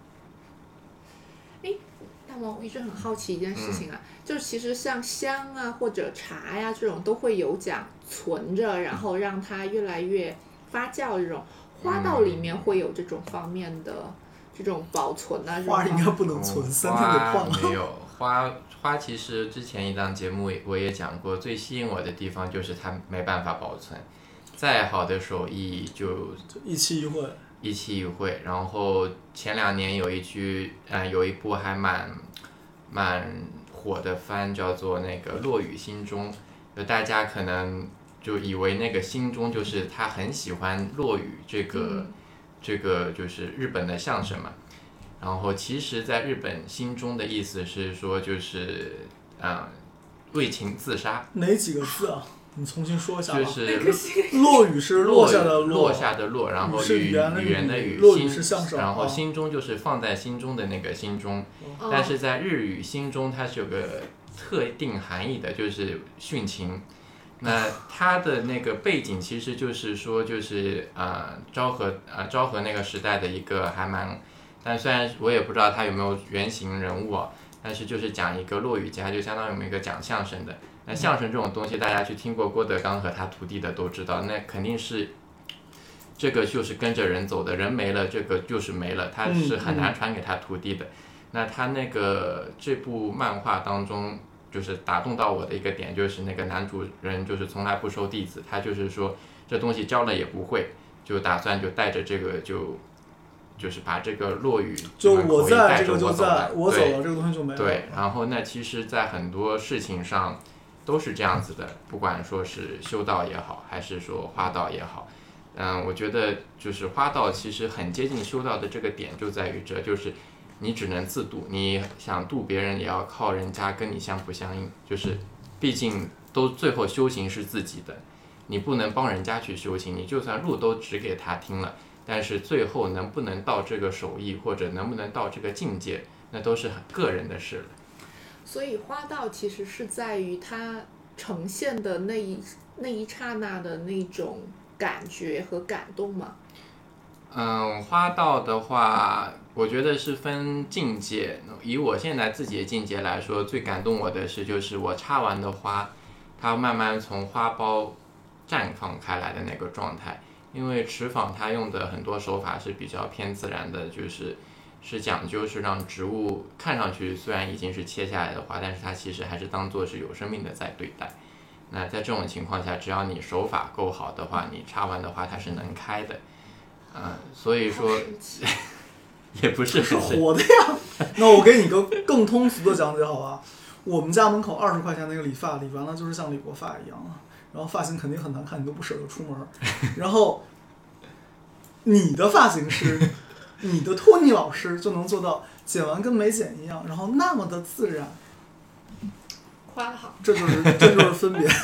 大毛，我一直很好奇一件事情啊，就是其实像香啊或者茶呀这种都会有讲存着，然后让它越来越发酵这种，花道里面会有这种方面的这种保存啊。 花应该不能存，3天给换了。 没有花，其实之前一档节目我也讲过，最吸引我的地方就是它没办法保存，再好的手艺就一期一会。 一期一会，然后前2年有一部还蛮火的番，叫做那个《落雨心中》，就大家可能就以为那个心中就是他很喜欢落雨这个就是日本的相声嘛，然后其实在日本心中的意思是说就是为情自杀。 哪几个字啊？你重新说一下吧。 就是落雨是落下的落下的落，然后语言的语， 落雨是相声， 然后心中就是放在心中的那个心中，但是在日语心中它是有个特定含义的，就是殉情。那它的那个背景其实就是说就是昭和那个时代的一个还蛮，但虽然我也不知道它有没有原型人物啊，但是就是讲一个落语家，就相当于我们一个讲相声的。那相声这种东西，大家去听过郭德纲和他徒弟的都知道，那肯定是这个就是跟着人走的，人没了，这个就是没了，他是很难传给他徒弟的。那他那个这部漫画当中，就是打动到我的一个点，就是那个男主人就是从来不收弟子，他就是说这东西教了也不会，就打算就带着这个就是把这个落语就我在这个就在我走了，这个东西就没了。 对，然后那其实在很多事情上都是这样子的，不管说是修道也好，还是说花道也好，我觉得就是花道其实很接近修道的这个点就在于这，就是你只能自度，你想度别人也要靠人家跟你相不相应，就是毕竟都最后修行是自己的，你不能帮人家去修行，你就算路都指给他听了，但是最后能不能到这个手艺或者能不能到这个境界，那都是很个人的事了。 所以花道其实是在于它呈现的那一刹那的那种感觉和感动嘛。 花道的话，我觉得是分境界。以我现在自己的境界来说，最感动我的是就是我插完的花，它慢慢从花苞绽放开来的那个状态。因为持坊它用的很多手法是比较偏自然的，是讲究是让植物看上去虽然已经是切下来的花，但是它其实还是当作是有生命的在对待。那在这种情况下，只要你手法够好的话，你插完的花它是能开的。所以说也不是很活的呀。那我给你个更通俗的讲解好吧？我们家门口20块钱那个理发，理完了就是像理过发一样啊，然后发型肯定很难看，你都不舍得出门。然后你的发型师，你的托尼老师就能做到剪完跟没剪一样，然后那么的自然。 夸得好， 这就是分别。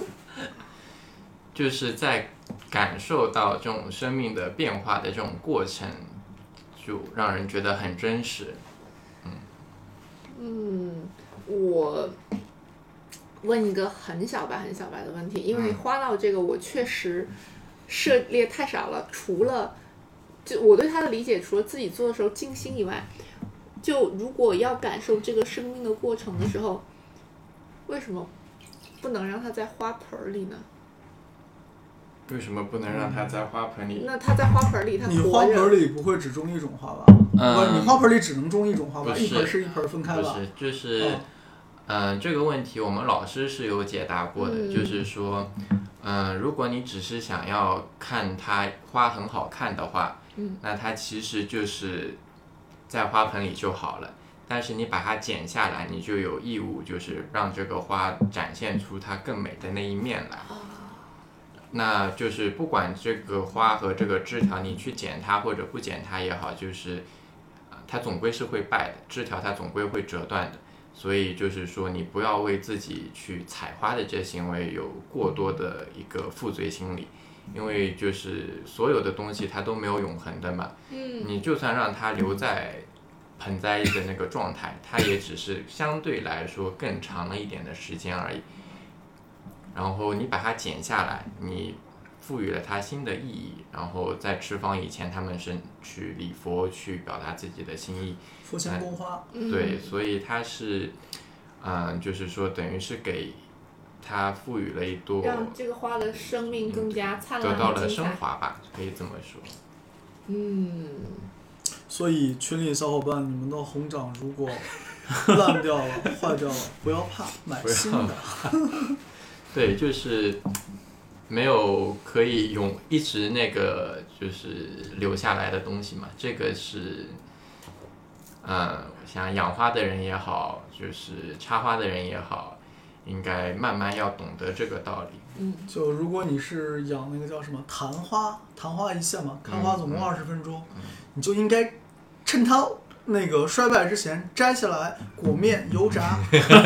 就是在感受到这种生命的变化的这种过程，就让人觉得很真实。 我问一个很小白的问题，因为花道这个我确实涉猎太少了，除了就我对它的理解，除了自己做的时候静心以外，就如果要感受这个生命的过程的时候，为什么不能让它在花盆里呢？ 为什么不能让它在花盆里？ 那它在花盆里，它你花盆里不会只种一种花吧？你花盆里只能种一种花吧？一盆是一盆分开吧？ 不是，就是，这个问题我们老师是有解答过的，就是说，如果你只是想要看它花很好看的话，那它其实就是在花盆里就好了。但是你把它剪下来，你就有义务就是让这个花展现出它更美的那一面来。 那就是不管这个花和这个枝条，你去剪它或者不剪它也好，就是它总归是会败的，枝条它总归会折断的。所以就是说，你不要为自己去采花的这行为有过多的一个负罪心理，因为就是所有的东西它都没有永恒的嘛。你就算让它留在盆栽的那个状态，它也只是相对来说更长了一点的时间而已。然后你把它剪下来，你赋予了它新的意义，然后在持坊以前他们是去礼佛去表达自己的心意， 佛前供花。 对，所以它是就是说等于是给它赋予了一朵， 让这个花的生命更加灿烂得到了和精彩。 升华吧，可以这么说。 所以群里小伙伴，你们的红掌如果烂掉了、坏掉了，不要怕，买新的。 对，就是没有可以一直那个就是留下来的东西嘛。这个是，像养花的人也好，就是插花的人也好，应该慢慢要懂得这个道理。 就如果你是养那个叫什么昙花，昙花一现嘛，开花总共20分钟，你就应该趁它那个衰败之前摘下来裹面油炸。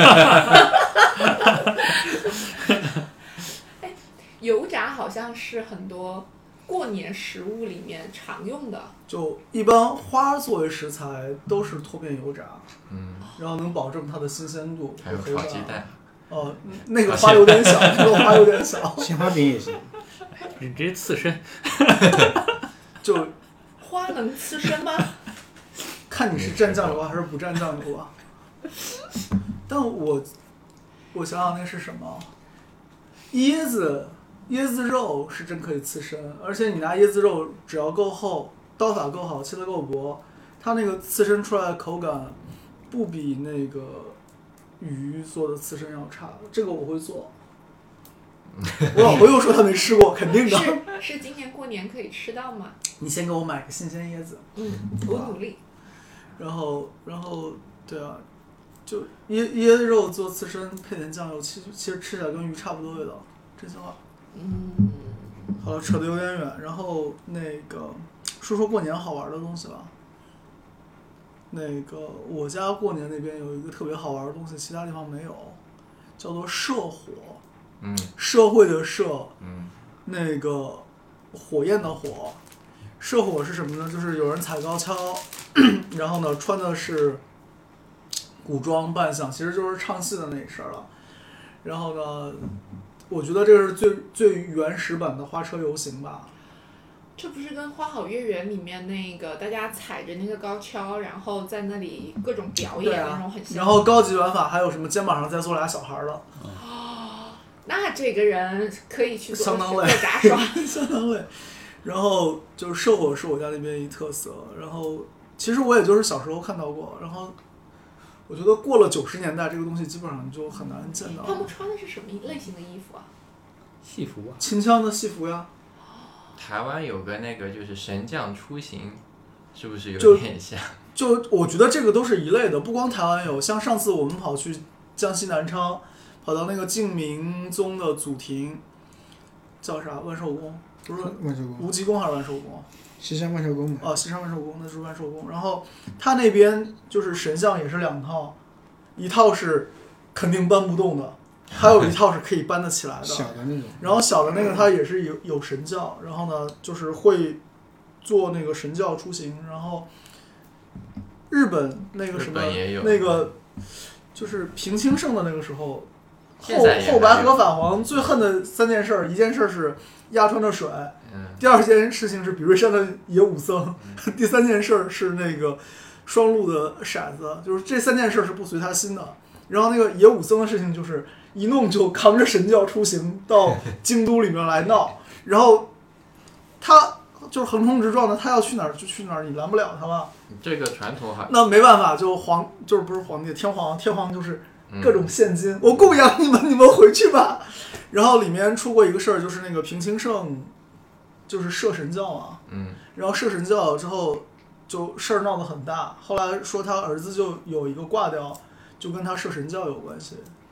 油炸好像是很多过年食物里面常用的。 就一般花作为食材都是脱面油炸，然后能保证它的新鲜度。 还有炒鸡蛋。 哦，那个花有点小，那个花有点小。 鲜花饼也行。 直接刺身。 就花能刺身吗？ 看你是蘸酱油还是不蘸酱油啊。但我想想那是什么？椰子肉是真可以刺身，而且你拿椰子肉只要够厚，刀法够好，切得够薄，它那个刺身出来的口感不比那个鱼做的刺身要差。这个我会做。我老婆又说她没吃过，肯定的。 是今年过年可以吃到吗？ 你先给我买个新鲜椰子。 我努力。 然后对啊，就椰子肉做刺身配点酱油，其实吃起来跟鱼差不多味道，真心话。好了，扯得有点远。然后那个说过年好玩的东西吧。那个我家过年那边有一个特别好玩的东西，其他地方没有，叫做社火。社会的社。那个火焰的火。社火是什么呢？就是有人踩高跷，然后呢穿的是古装扮相，其实就是唱戏的那一身了。然后呢，我觉得这个是最原始版的花车游行吧。 这不是跟花好月圆里面那个大家踩着那个高跷，然后在那里各种表演那种很像。 然后高级玩法还有什么肩膀上再坐俩小孩的。 那这个人可以去做相当累， 杂耍。 相当累。然后就是社火是我家那边一特色，然后其实我也就是小时候看到过，然后我觉得过了90年代这个东西基本上就很难见到。 他们穿的是什么类型的衣服啊？ 戏服啊， 秦腔的戏服呀。 台湾有个那个就是神将出行，是不是有点像？ 就我觉得这个都是一类的，不光台湾有，像上次我们跑去江西南昌，跑到那个晋明宗的祖庭，叫啥万寿宫？不是万寿宫， 无极宫还是万寿宫？ 西山万寿宫嘛。 西山万寿宫，那是万寿宫。然后他那边就是神像也是2套，一套是肯定搬不动的，还有一套是可以搬得起来的。 小的那种。 然后小的那个它也是有神教，然后呢就是会做那个神教出行。然后日本那个什么那个就是平清盛的那个时候，后白河法皇最恨的3件事，一件事是鸭川的水，第2件事情是比瑞山的野武僧，第3件事是那个双鹿的骰子，就是这3件事是不随他心的。然后那个野武僧的事情就是一弄就扛着神教出行到京都里面来闹，然后他就是横冲直撞的，他要去哪儿就去哪儿，你拦不了他吧？ 这个传统那没办法，就是不是皇帝，天皇就是各种现金，我供养你们，你们回去吧。然后里面出过一个事儿，就是那个平清盛就是摄神教嘛，然后摄神教之后就事儿闹得很大，后来说他儿子就有一个挂掉，就跟他摄神教有关系。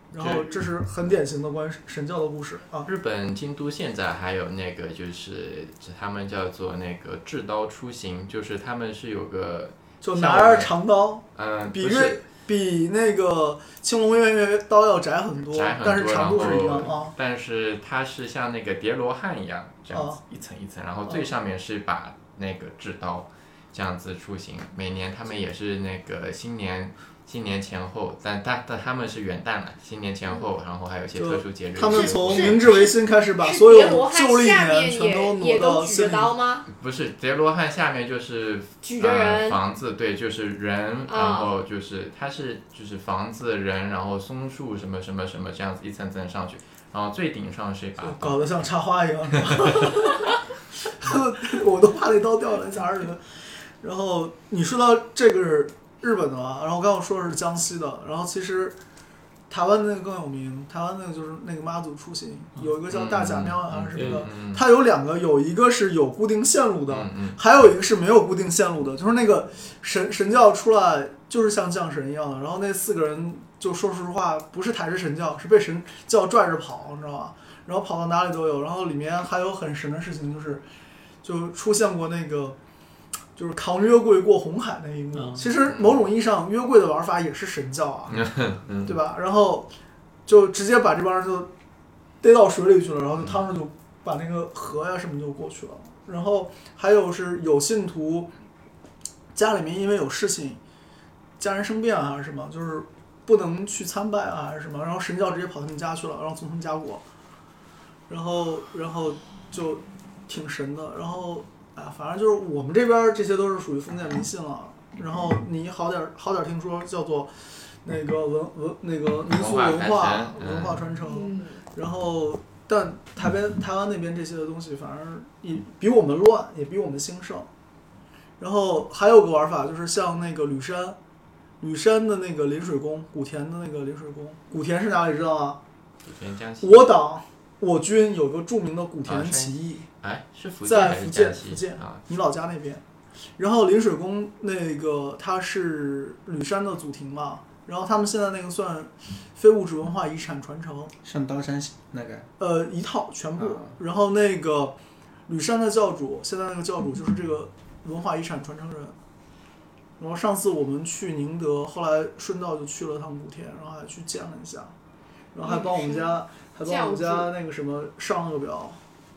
然后这是很典型的关于神教的故事啊。 日本京都现在还有那个就是他们叫做那个制刀出行，就是他们是有个就拿着长刀，比那个青龙偃月刀要窄很多，但是长度是一样啊。 但是它是像那个叠罗汉一样这样子一层一层，然后最上面是把那个制刀这样子出行。每年他们也是那个新年前后，但他们是元旦了，新年前后，然后还有一些特殊节日。 他们从明治维新开始把所有旧历年全都挪到举着刀吗？ 不是，叠罗汉下面就是举着人， 房子，对，就是人，然后就是它是就是房子人，然后松树什么什么什么这样子一层层上去，然后最顶上是一把刀， 搞得像插花一样，我都怕那刀掉下来砸人。然后你说到这个是日本的吧，然后我刚刚说的是江西的，然后其实台湾那个更有名，台湾那个就是那个妈祖出行，有一个叫大甲庙还是什么的，它有2个，有一个是有固定线路的，还有一个是没有固定线路的，就是那个神教出来就是像降神一样的，然后那4个人就说实话不是台式神教，是被神教拽着跑，你知道吧？然后跑到哪里都有，然后里面还有很神的事情，就出现过那个。就是扛约柜过红海那一幕，其实某种意义上，约柜的玩法也是神教啊，对吧？然后就直接把这帮人就逮到水里去了，然后就趟着就把那个河呀什么就过去了。然后还有是有信徒家里面因为有事情，家人生病啊还是什么，就是不能去参拜啊还是什么，然后神教直接跑他们家去了，然后从他们家过，然后就挺神的，然后。反正就是我们这边这些都是属于封建迷信了，然后你好点听说叫做那个那个民俗文化传承，然后但台湾那边这些的东西反而也比我们乱，也比我们兴盛。然后还有个玩法就是像那个吕山的那个临水宫，古田的那个临水宫，古田是哪里知道吗？我军有个著名的古田起义。 是福建在福建你老家那边。然后临水宫那个它是吕山的祖庭嘛，然后他们现在那个算非物质文化遗产传承， 上刀山那个一套全部。然后那个吕山的教主，现在那个教主就是这个文化遗产传承人。然后上次我们去宁德，后来顺道就去了趟古田，然后还去见了一下，然后还帮我们家那个什么上了个表。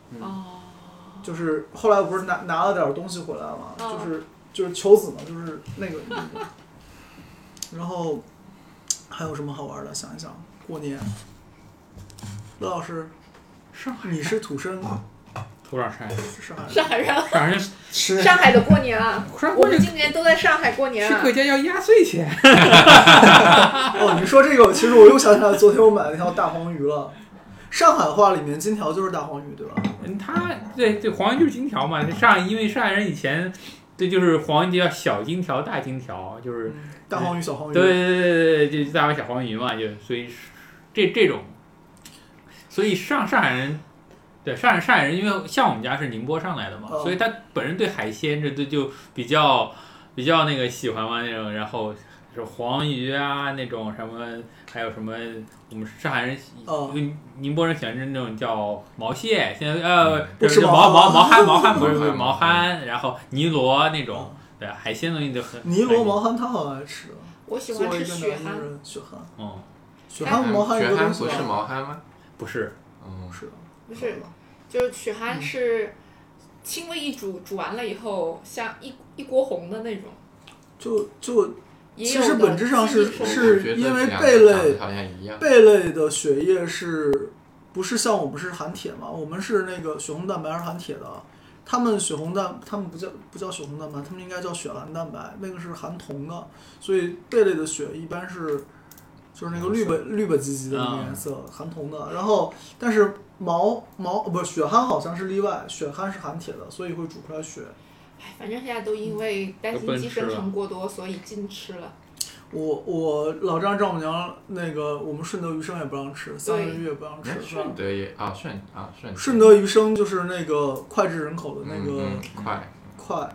就是后来不是拿了点东西回来嘛，就是求子嘛，就是那个。然后还有什么好玩的？想一想，过年。乐老师，你是土生？ 土长山。 上海人。 上海的过年啊！我们今年都在上海过年啊。 去客家要压岁钱。 哦，你说这个，其实我又想起来，昨天我买了一条大黄鱼了。上海话里面金条就是大黄鱼，对吧？ 对，黄鱼就是金条嘛。因为上海人以前对就是黄鱼叫小金条、大金条，就是大黄鱼、小黄鱼。 对，就大黄小黄鱼嘛，就所以这种，所以上海人，对上海人，因为像我们家是宁波上来的嘛，所以他本人对海鲜这就比较那个喜欢嘛那种，然后是黄鱼啊那种什么。还有什么？我们上海人，宁波人喜欢吃那种叫毛蟹，现在不是毛蚶不是毛蚶，然后尼罗那种，对海鲜东西都很。 尼罗毛蚶他好爱吃。 我喜欢吃雪蚶。 雪蚶毛蚶一个东西。 不是毛蚶吗？ 不是。 是。 不是，就是雪蚶是轻微一煮，煮完了以后像一锅红的那种。 就。其实本质上是因为贝类的血液不是像我们是含铁嘛？我们是那个血红蛋白是含铁的，他们不叫血红蛋白，他们应该叫血蓝蛋白，那个是含铜的，所以贝类的血一般是就是那个绿吧唧唧的那个颜色，含铜的。然后但是血蚶好像是例外，血蚶是含铁的，所以会煮出来血。 反正现在都因为担心寄生虫过多，所以禁吃了。 我老丈母娘那个我们顺德鱼生也不让吃，3文鱼也不让吃。 顺德也顺德鱼生就是那个脍炙人口的那个脍。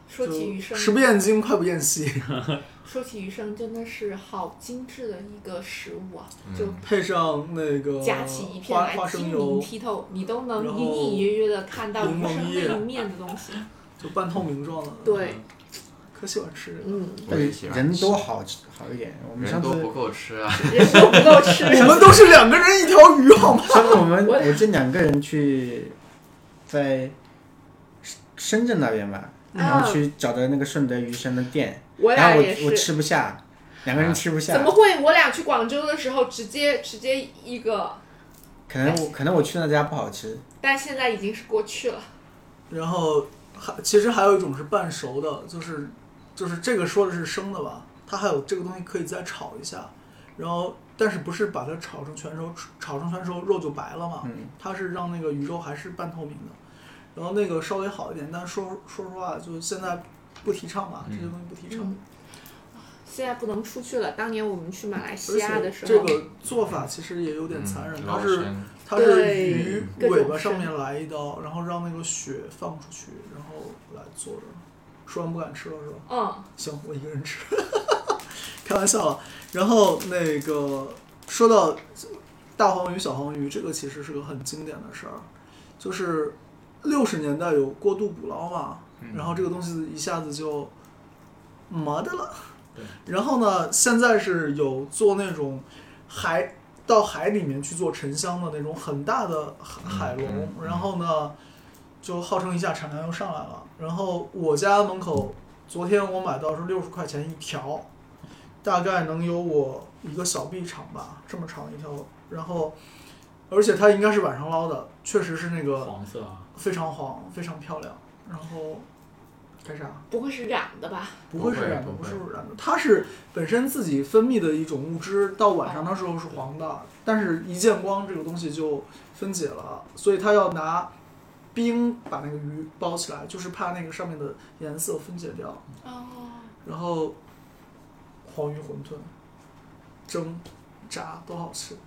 说起余生， 食不厌精，脍不厌细。 说起余生，真的是好精致的一个食物啊！就配上那个夹起一片来，晶莹剔透，你都能隐隐约约的看到余生那一面的东西， 就半透明状的。 对， 可喜欢吃。 我也喜欢吃。 人多好一点，我们上次人多不够吃啊。 人都不够吃。 我们都是2个人一条鱼，好吗？ 上次我这2个人去，在深圳那边吧，然后去找的那个顺德鱼生的店，然后我吃不下，2个人吃不下。 怎么会？我俩去广州的时候，直接一个。 可能我去那家不好吃， 但现在已经是过去了。 然后其实还有一种是半熟的，就是这个说的是生的吧，它还有这个东西可以再炒一下，然后但是不是把它炒成全熟肉就白了嘛？它是让那个鱼肉还是半透明的，然后那个稍微好一点，但说实话，就现在不提倡吧，这些东西不提倡。 现在不能出去了。当年我们去马来西亚的时候， 这个做法其实也有点残忍，它是鱼尾巴上面来一刀，然后让那个血放出去，然后来做的。说完不敢吃了是吧？行，我一个人吃，开玩笑了。然后那个说到大黄鱼、小黄鱼，这个其实是个很经典的事儿，就是60年代有过度捕捞嘛，然后这个东西一下子就没的了。然后呢，现在是有做那种到海里面去做沉香的那种很大的海龙，然后呢，就号称一下产量又上来了。然后我家门口昨天我买到是60块钱一条，大概能有我一个小臂长吧，这么长一条。然后，而且它应该是晚上捞的，确实是那个黄色啊， 非常黄，非常漂亮。然后。干啥？ 不会是染的吧？ 不会是染的，不是染的，它是本身自己分泌的一种物质，到晚上的时候是黄的，但是一见光这个东西就分解了，所以它要拿冰把那个鱼包起来，就是怕那个上面的颜色分解掉。然后黄鱼馄饨、蒸、炸都好吃。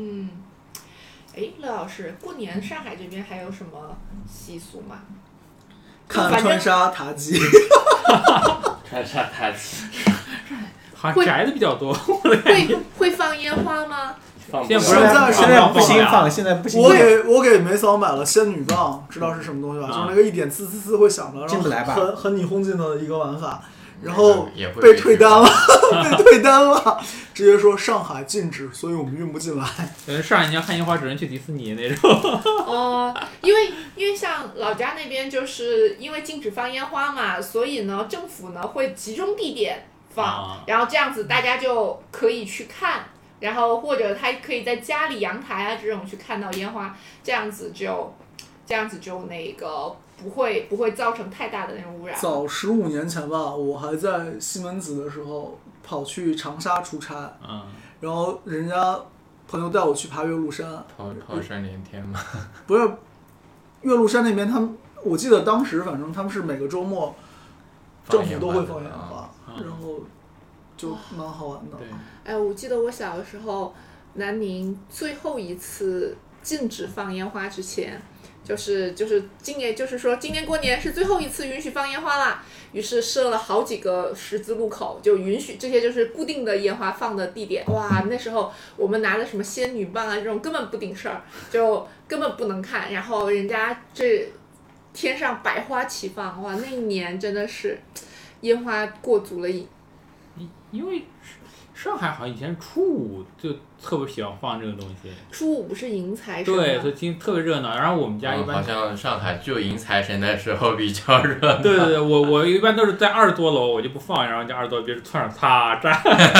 乐老师，过年上海这边还有什么习俗吗？ 看川沙塔基， 川沙塔基， 好像宅的比较多。 会放烟花吗？ 现在不行放，现在不行。 我给梅嫂买了仙女棒，知道是什么东西吧？就是那个一点呲呲呲会响的，然后很你轰进的一个玩法。然后被退单了，被退单了，直接说上海禁止，所以我们运不进来。 上海你要看烟花只能去迪士尼那种。 因为像老家那边就是因为禁止放烟花嘛，所以呢政府呢会集中地点放，然后这样子大家就可以去看，然后或者他可以在家里阳台啊这种去看到烟花，这样子就那个。不会造成太大的那种污染。 早15年前吧，我还在西门子的时候跑去长沙出差，然后人家朋友带我去爬岳麓山。 炮山连天吗？ 不是，岳麓山那边我记得当时反正他们是每个周末政府都会放烟花，然后就蛮好玩的。 哎，我记得我小的时候，南宁最后一次禁止放烟花之前。就是今年过年是最后一次允许放烟花啦，于是设了好几个十字路口，就允许这些就是固定的烟花放的地点。哇，那时候我们拿的什么仙女棒啊这种根本不顶事儿，就根本不能看。然后人家这天上百花齐放，哇，那一年真的是烟花过足了瘾。 因为上海好像以前初五就特别喜欢放这个东西。 初五不是迎财神吗？ 对，所以特别热闹。然后我们家一般好像上海就迎财神的时候比较热闹。 对，我一般都是在20多楼，我就不放，然后在20多别人窜上擦站。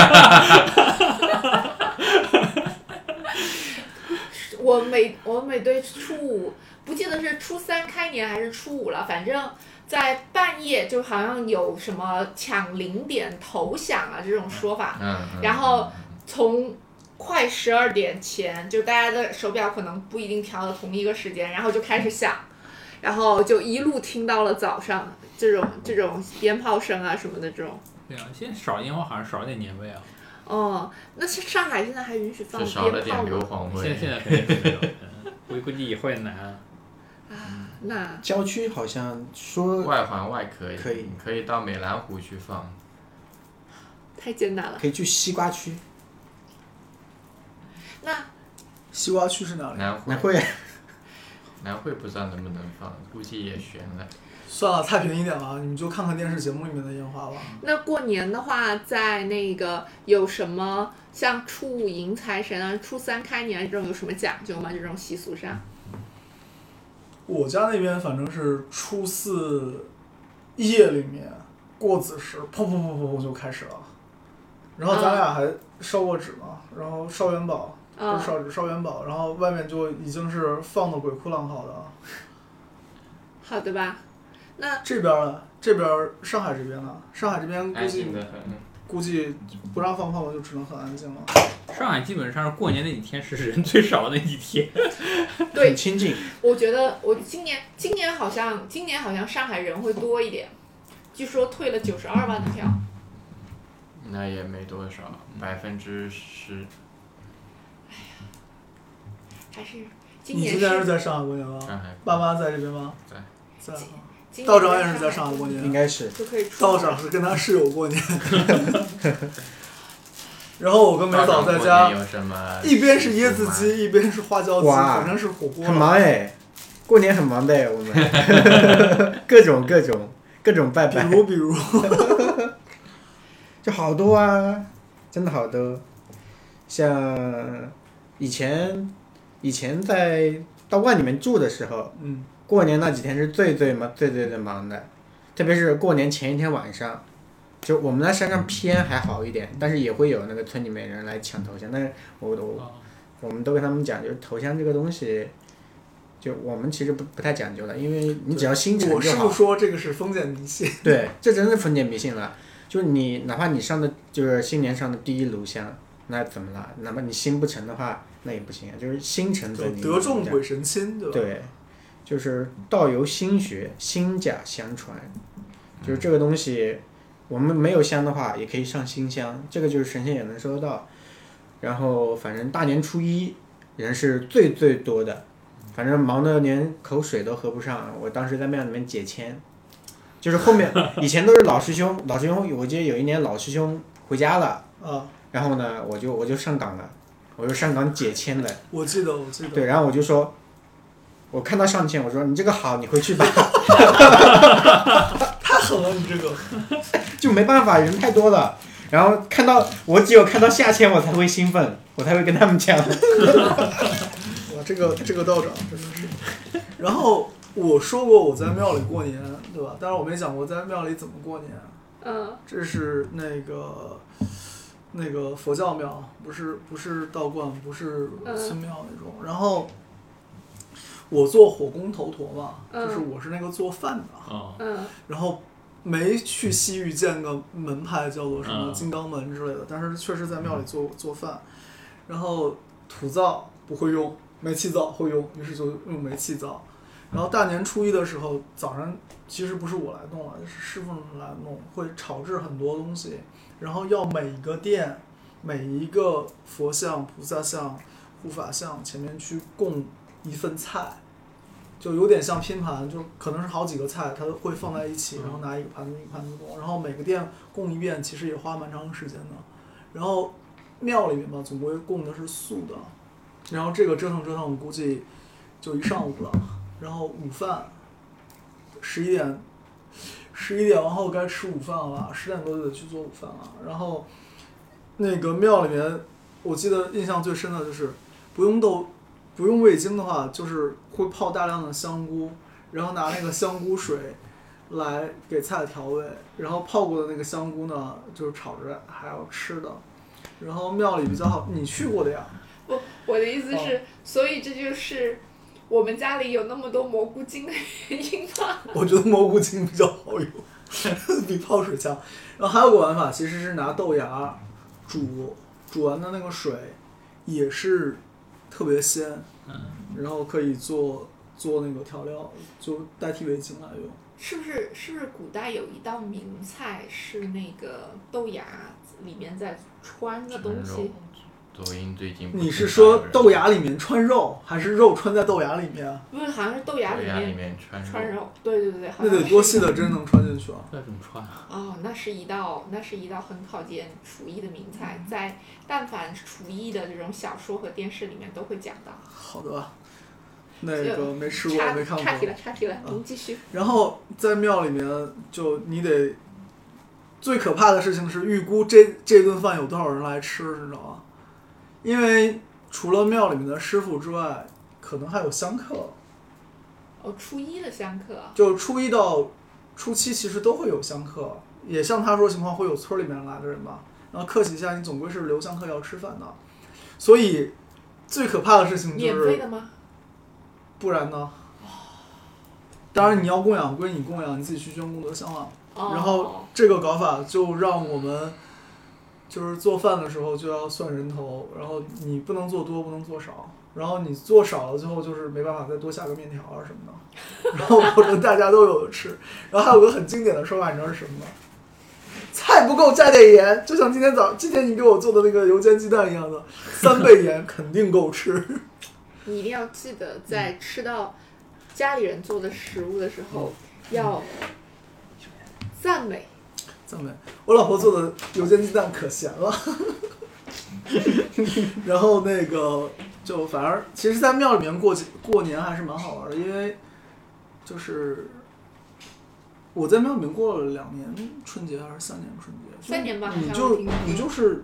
我每对初五，不记得是初3开年还是初5了，反正。在半夜就好像有什么抢0点投响啊这种说法，然后从快12点前，就大家的手表可能不一定调的同一个时间，然后就开始响，然后就一路听到了早上这种鞭炮声啊什么的这种。 对啊，现在少烟花好像少点年味啊。 那上海现在还允许放鞭炮吗？ 少了点硫磺味。 现在肯定是没有，我估计以后也难。 那郊区好像说外环外可以， 可以可以到美兰湖去放。 太艰难了。 可以去西瓜区。 那西瓜区是哪里？ 南汇。 南汇不知道能不能放，估计也悬了。 算了，太便宜点了，你们就看看电视节目里面的烟花吧。 那过年的话，在那个有什么像初五迎财神啊、初三开年这种有什么讲究吗？这种习俗上？ 我家那边反正是初四夜里面过子时，砰砰砰砰砰就开始了。然后咱俩还烧过纸嘛，然后烧元宝，就烧纸烧元宝，然后外面就已经是放的鬼哭狼嚎的。 好的吧，那这边呢？这边上海这边呢？上海这边估计不让放炮了，就只能很安静了。 上海基本上是过年那几天是人最少的那几天， 对， 很亲近。 我觉得我今年好像上海人会多一点，据说退了92万的票。 那也没多少，10%。 哎呀，还是今你年今年是在上海过年吗？ 上海。 爸妈在这边吗？ 在。 道长也是在上海过年。 应该是。 道长是跟他室友过年。然后我跟梅嫂在家，一边是椰子鸡，一边是花椒鸡，反正是火锅。 很忙哎，过年很忙的我们，各种拜拜。 比如。 就好多啊，真的好多。像以前在道观里面住的时候，过年那几天是最忙的，特别是过年前一天晚上，就我们那山上偏还好一点，但是也会有那个村里面人来抢头香，但是我们都跟他们讲，就是头香这个东西，就我们其实不太讲究了，因为你只要心诚就好。 我师傅说这个是封建迷信。 对，这真是封建迷信了。就是你哪怕你上的就是新年上的第一炉香，那怎么了？哪怕你心不诚的话，那也不行啊。就是心诚则灵。 得众鬼神亲，对吧？ 对，就是道由心学，心甲相传。就是这个东西，我们没有香的话，也可以上新香，这个就是神仙也能收得到。然后反正大年初一人是最多的，反正忙得连口水都喝不上。我当时在庙里面解签。就是后面以前都是老师兄，我记得有一年老师兄回家了，然后呢我就上岗了，我就上岗解签了。 我记得。 对，然后我就说，我看到上签，我说你这个好，你回去吧。 太狠了，你这个。 就没办法，人太多了。然后我只有看到下签，我才会兴奋，我才会跟他们讲。 哇，这个道长真的是。然后。我说过我在庙里过年，对吧？但是我没讲过在庙里怎么过年。这是那个佛教庙，不是道观，不是村庙那种。然后我做火工头陀嘛，就是我是那个做饭的。然后没去西域建个门派叫做什么金刚门之类的，但是确实在庙里做饭。然后土灶不会用，煤气灶会用，于是就用煤气灶。然后大年初一的时候，早上其实不是我来弄了，是师傅们来弄，会炒制很多东西，然后要每一个殿、每一个佛像、菩萨像、护法像前面去供一份菜，就有点像拼盘，就可能是好几个菜，它会放在一起，然后拿一个盘子一个盘子供，然后每个殿供一遍，其实也花蛮长时间的。然后庙里面吧，总归供的是素的，然后这个折腾，我估计就一上午了。然后午饭，11点往后该吃午饭了吧，10点多就得去做午饭了。然后那个庙里面，我记得印象最深的就是不用味精的话，就是会泡大量的香菇，然后拿那个香菇水来给菜调味，然后泡过的那个香菇呢，就是炒着还要吃的。然后庙里比较好，你去过的呀？ 我的意思是，所以这就是我们家里有那么多蘑菇精的原因吗？ 我觉得蘑菇精比较好用，比泡水强。然后还有个玩法，其实是拿豆芽煮完的那个水，也是特别鲜，然后可以做那个调料，就代替味精来用。 是不是古代有一道名菜是那个豆芽里面在穿的东西？ 抖音最近不你是经常有人说豆芽里面穿肉，还是肉穿在豆芽里面？ 不是，好像是豆芽豆芽里里面面穿肉。对对对，好那像得多细的针能穿进去啊！ 那怎么穿啊？ 哦，那是一道很考验厨艺的名菜，在但凡厨艺的这种小说和电视里面都会讲到。 好的吧，那个没吃过，没看过。 岔题了，您继续。 然后在庙里面，就你得最可怕的事情是预估这顿饭有多少人来吃，你知道吗？因为除了庙里面的师傅之外，可能还有香客。 哦，初一的香客。 就初一到初七其实都会有香客，也像他说的情况会有村里面来的人吧。然后客气一下，你总归是留香客要吃饭的，所以最可怕的事情就是免费的吗？ 不然呢？当然你要供养归你供养，你自己去捐功德箱了。然后这个搞法就让我们就是做饭的时候就要算人头，然后你不能做多，不能做少，然后你做少了，最后就是没办法再多下个面条啊什么的，然后保证大家都有的吃。然后还有个很经典的说法，你知道是什么吗？菜不够加点盐，就像今天你给我做的那个油煎鸡蛋一样的，3倍盐肯定够吃。 你一定要记得，在吃到家里人做的食物的时候，要赞美。 赞美，我老婆做的油煎鸡蛋可咸了。然后那个就反而，其实，在庙里面过年还是蛮好玩的，因为就是我在庙里面过了2年春节还是3年春节 ，3年吧， 你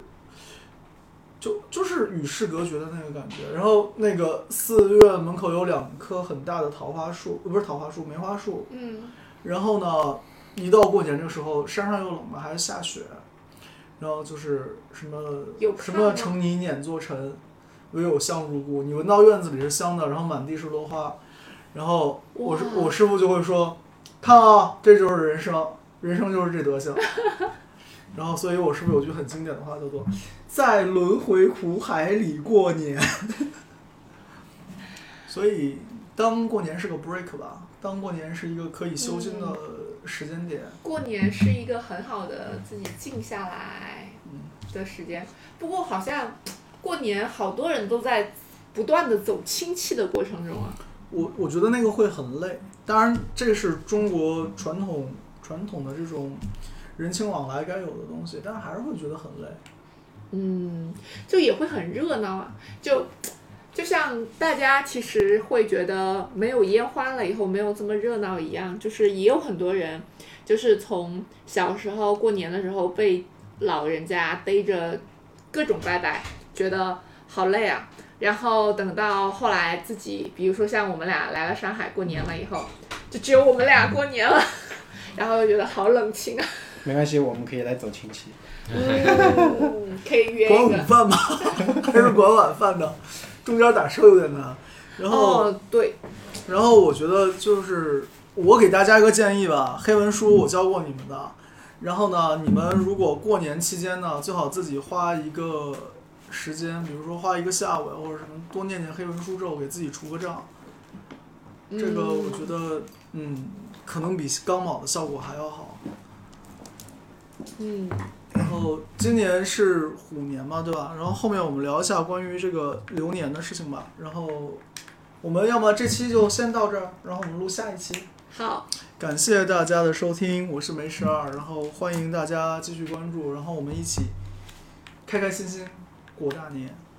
就是与世隔绝的那个感觉。然后那个寺院门口有2棵很大的桃花树，不是桃花树，梅花树。然后呢，一到过年这个时候，山上又冷嘛，还是下雪，然后就是什么成泥碾作尘，唯有香如故。你闻到院子里是香的，然后满地是落花，然后我师傅就会说，看啊，这就是人生，人生就是这德行。然后，所以我师傅有句很经典的话，叫做“在轮回苦海里过年”。所以，当过年是个 break 吧，当过年是一个可以修心的时间点。 过年是一个很好的自己静下来的时间。不过，好像过年好多人都在不断的走亲戚的过程中啊。 我觉得那个会很累，当然这是中国传统的这种人情往来该有的东西，但是还是会觉得很累。 就也会很热闹啊，就像大家其实会觉得没有烟花了以后没有这么热闹一样，就是也有很多人就是从小时候过年的时候被老人家背着各种拜拜，觉得好累啊。然后等到后来自己，比如说像我们俩来了上海过年了以后，就只有我们俩过年了，然后又觉得好冷清啊。 没关系，我们可以来走亲戚。 可以约一个。 管午饭吗？还是管晚饭的？中间打车有点难。然后对。 然后我觉得就是我给大家一个建议吧，黑文书我教过你们的。然后呢，你们如果过年期间呢，最好自己花一个时间，比如说花1个下午或者什么，多念念黑文书咒，给自己除个障。这个我觉得，可能比刚卯的效果还要好。然后今年是虎年嘛，对吧？然后后面我们聊一下关于这个流年的事情吧。然后我们要么这期就先到这儿，然后我们录下一期。 好， 感谢大家的收听，我是梅12，然后欢迎大家继续关注，然后我们一起开开心心过大年。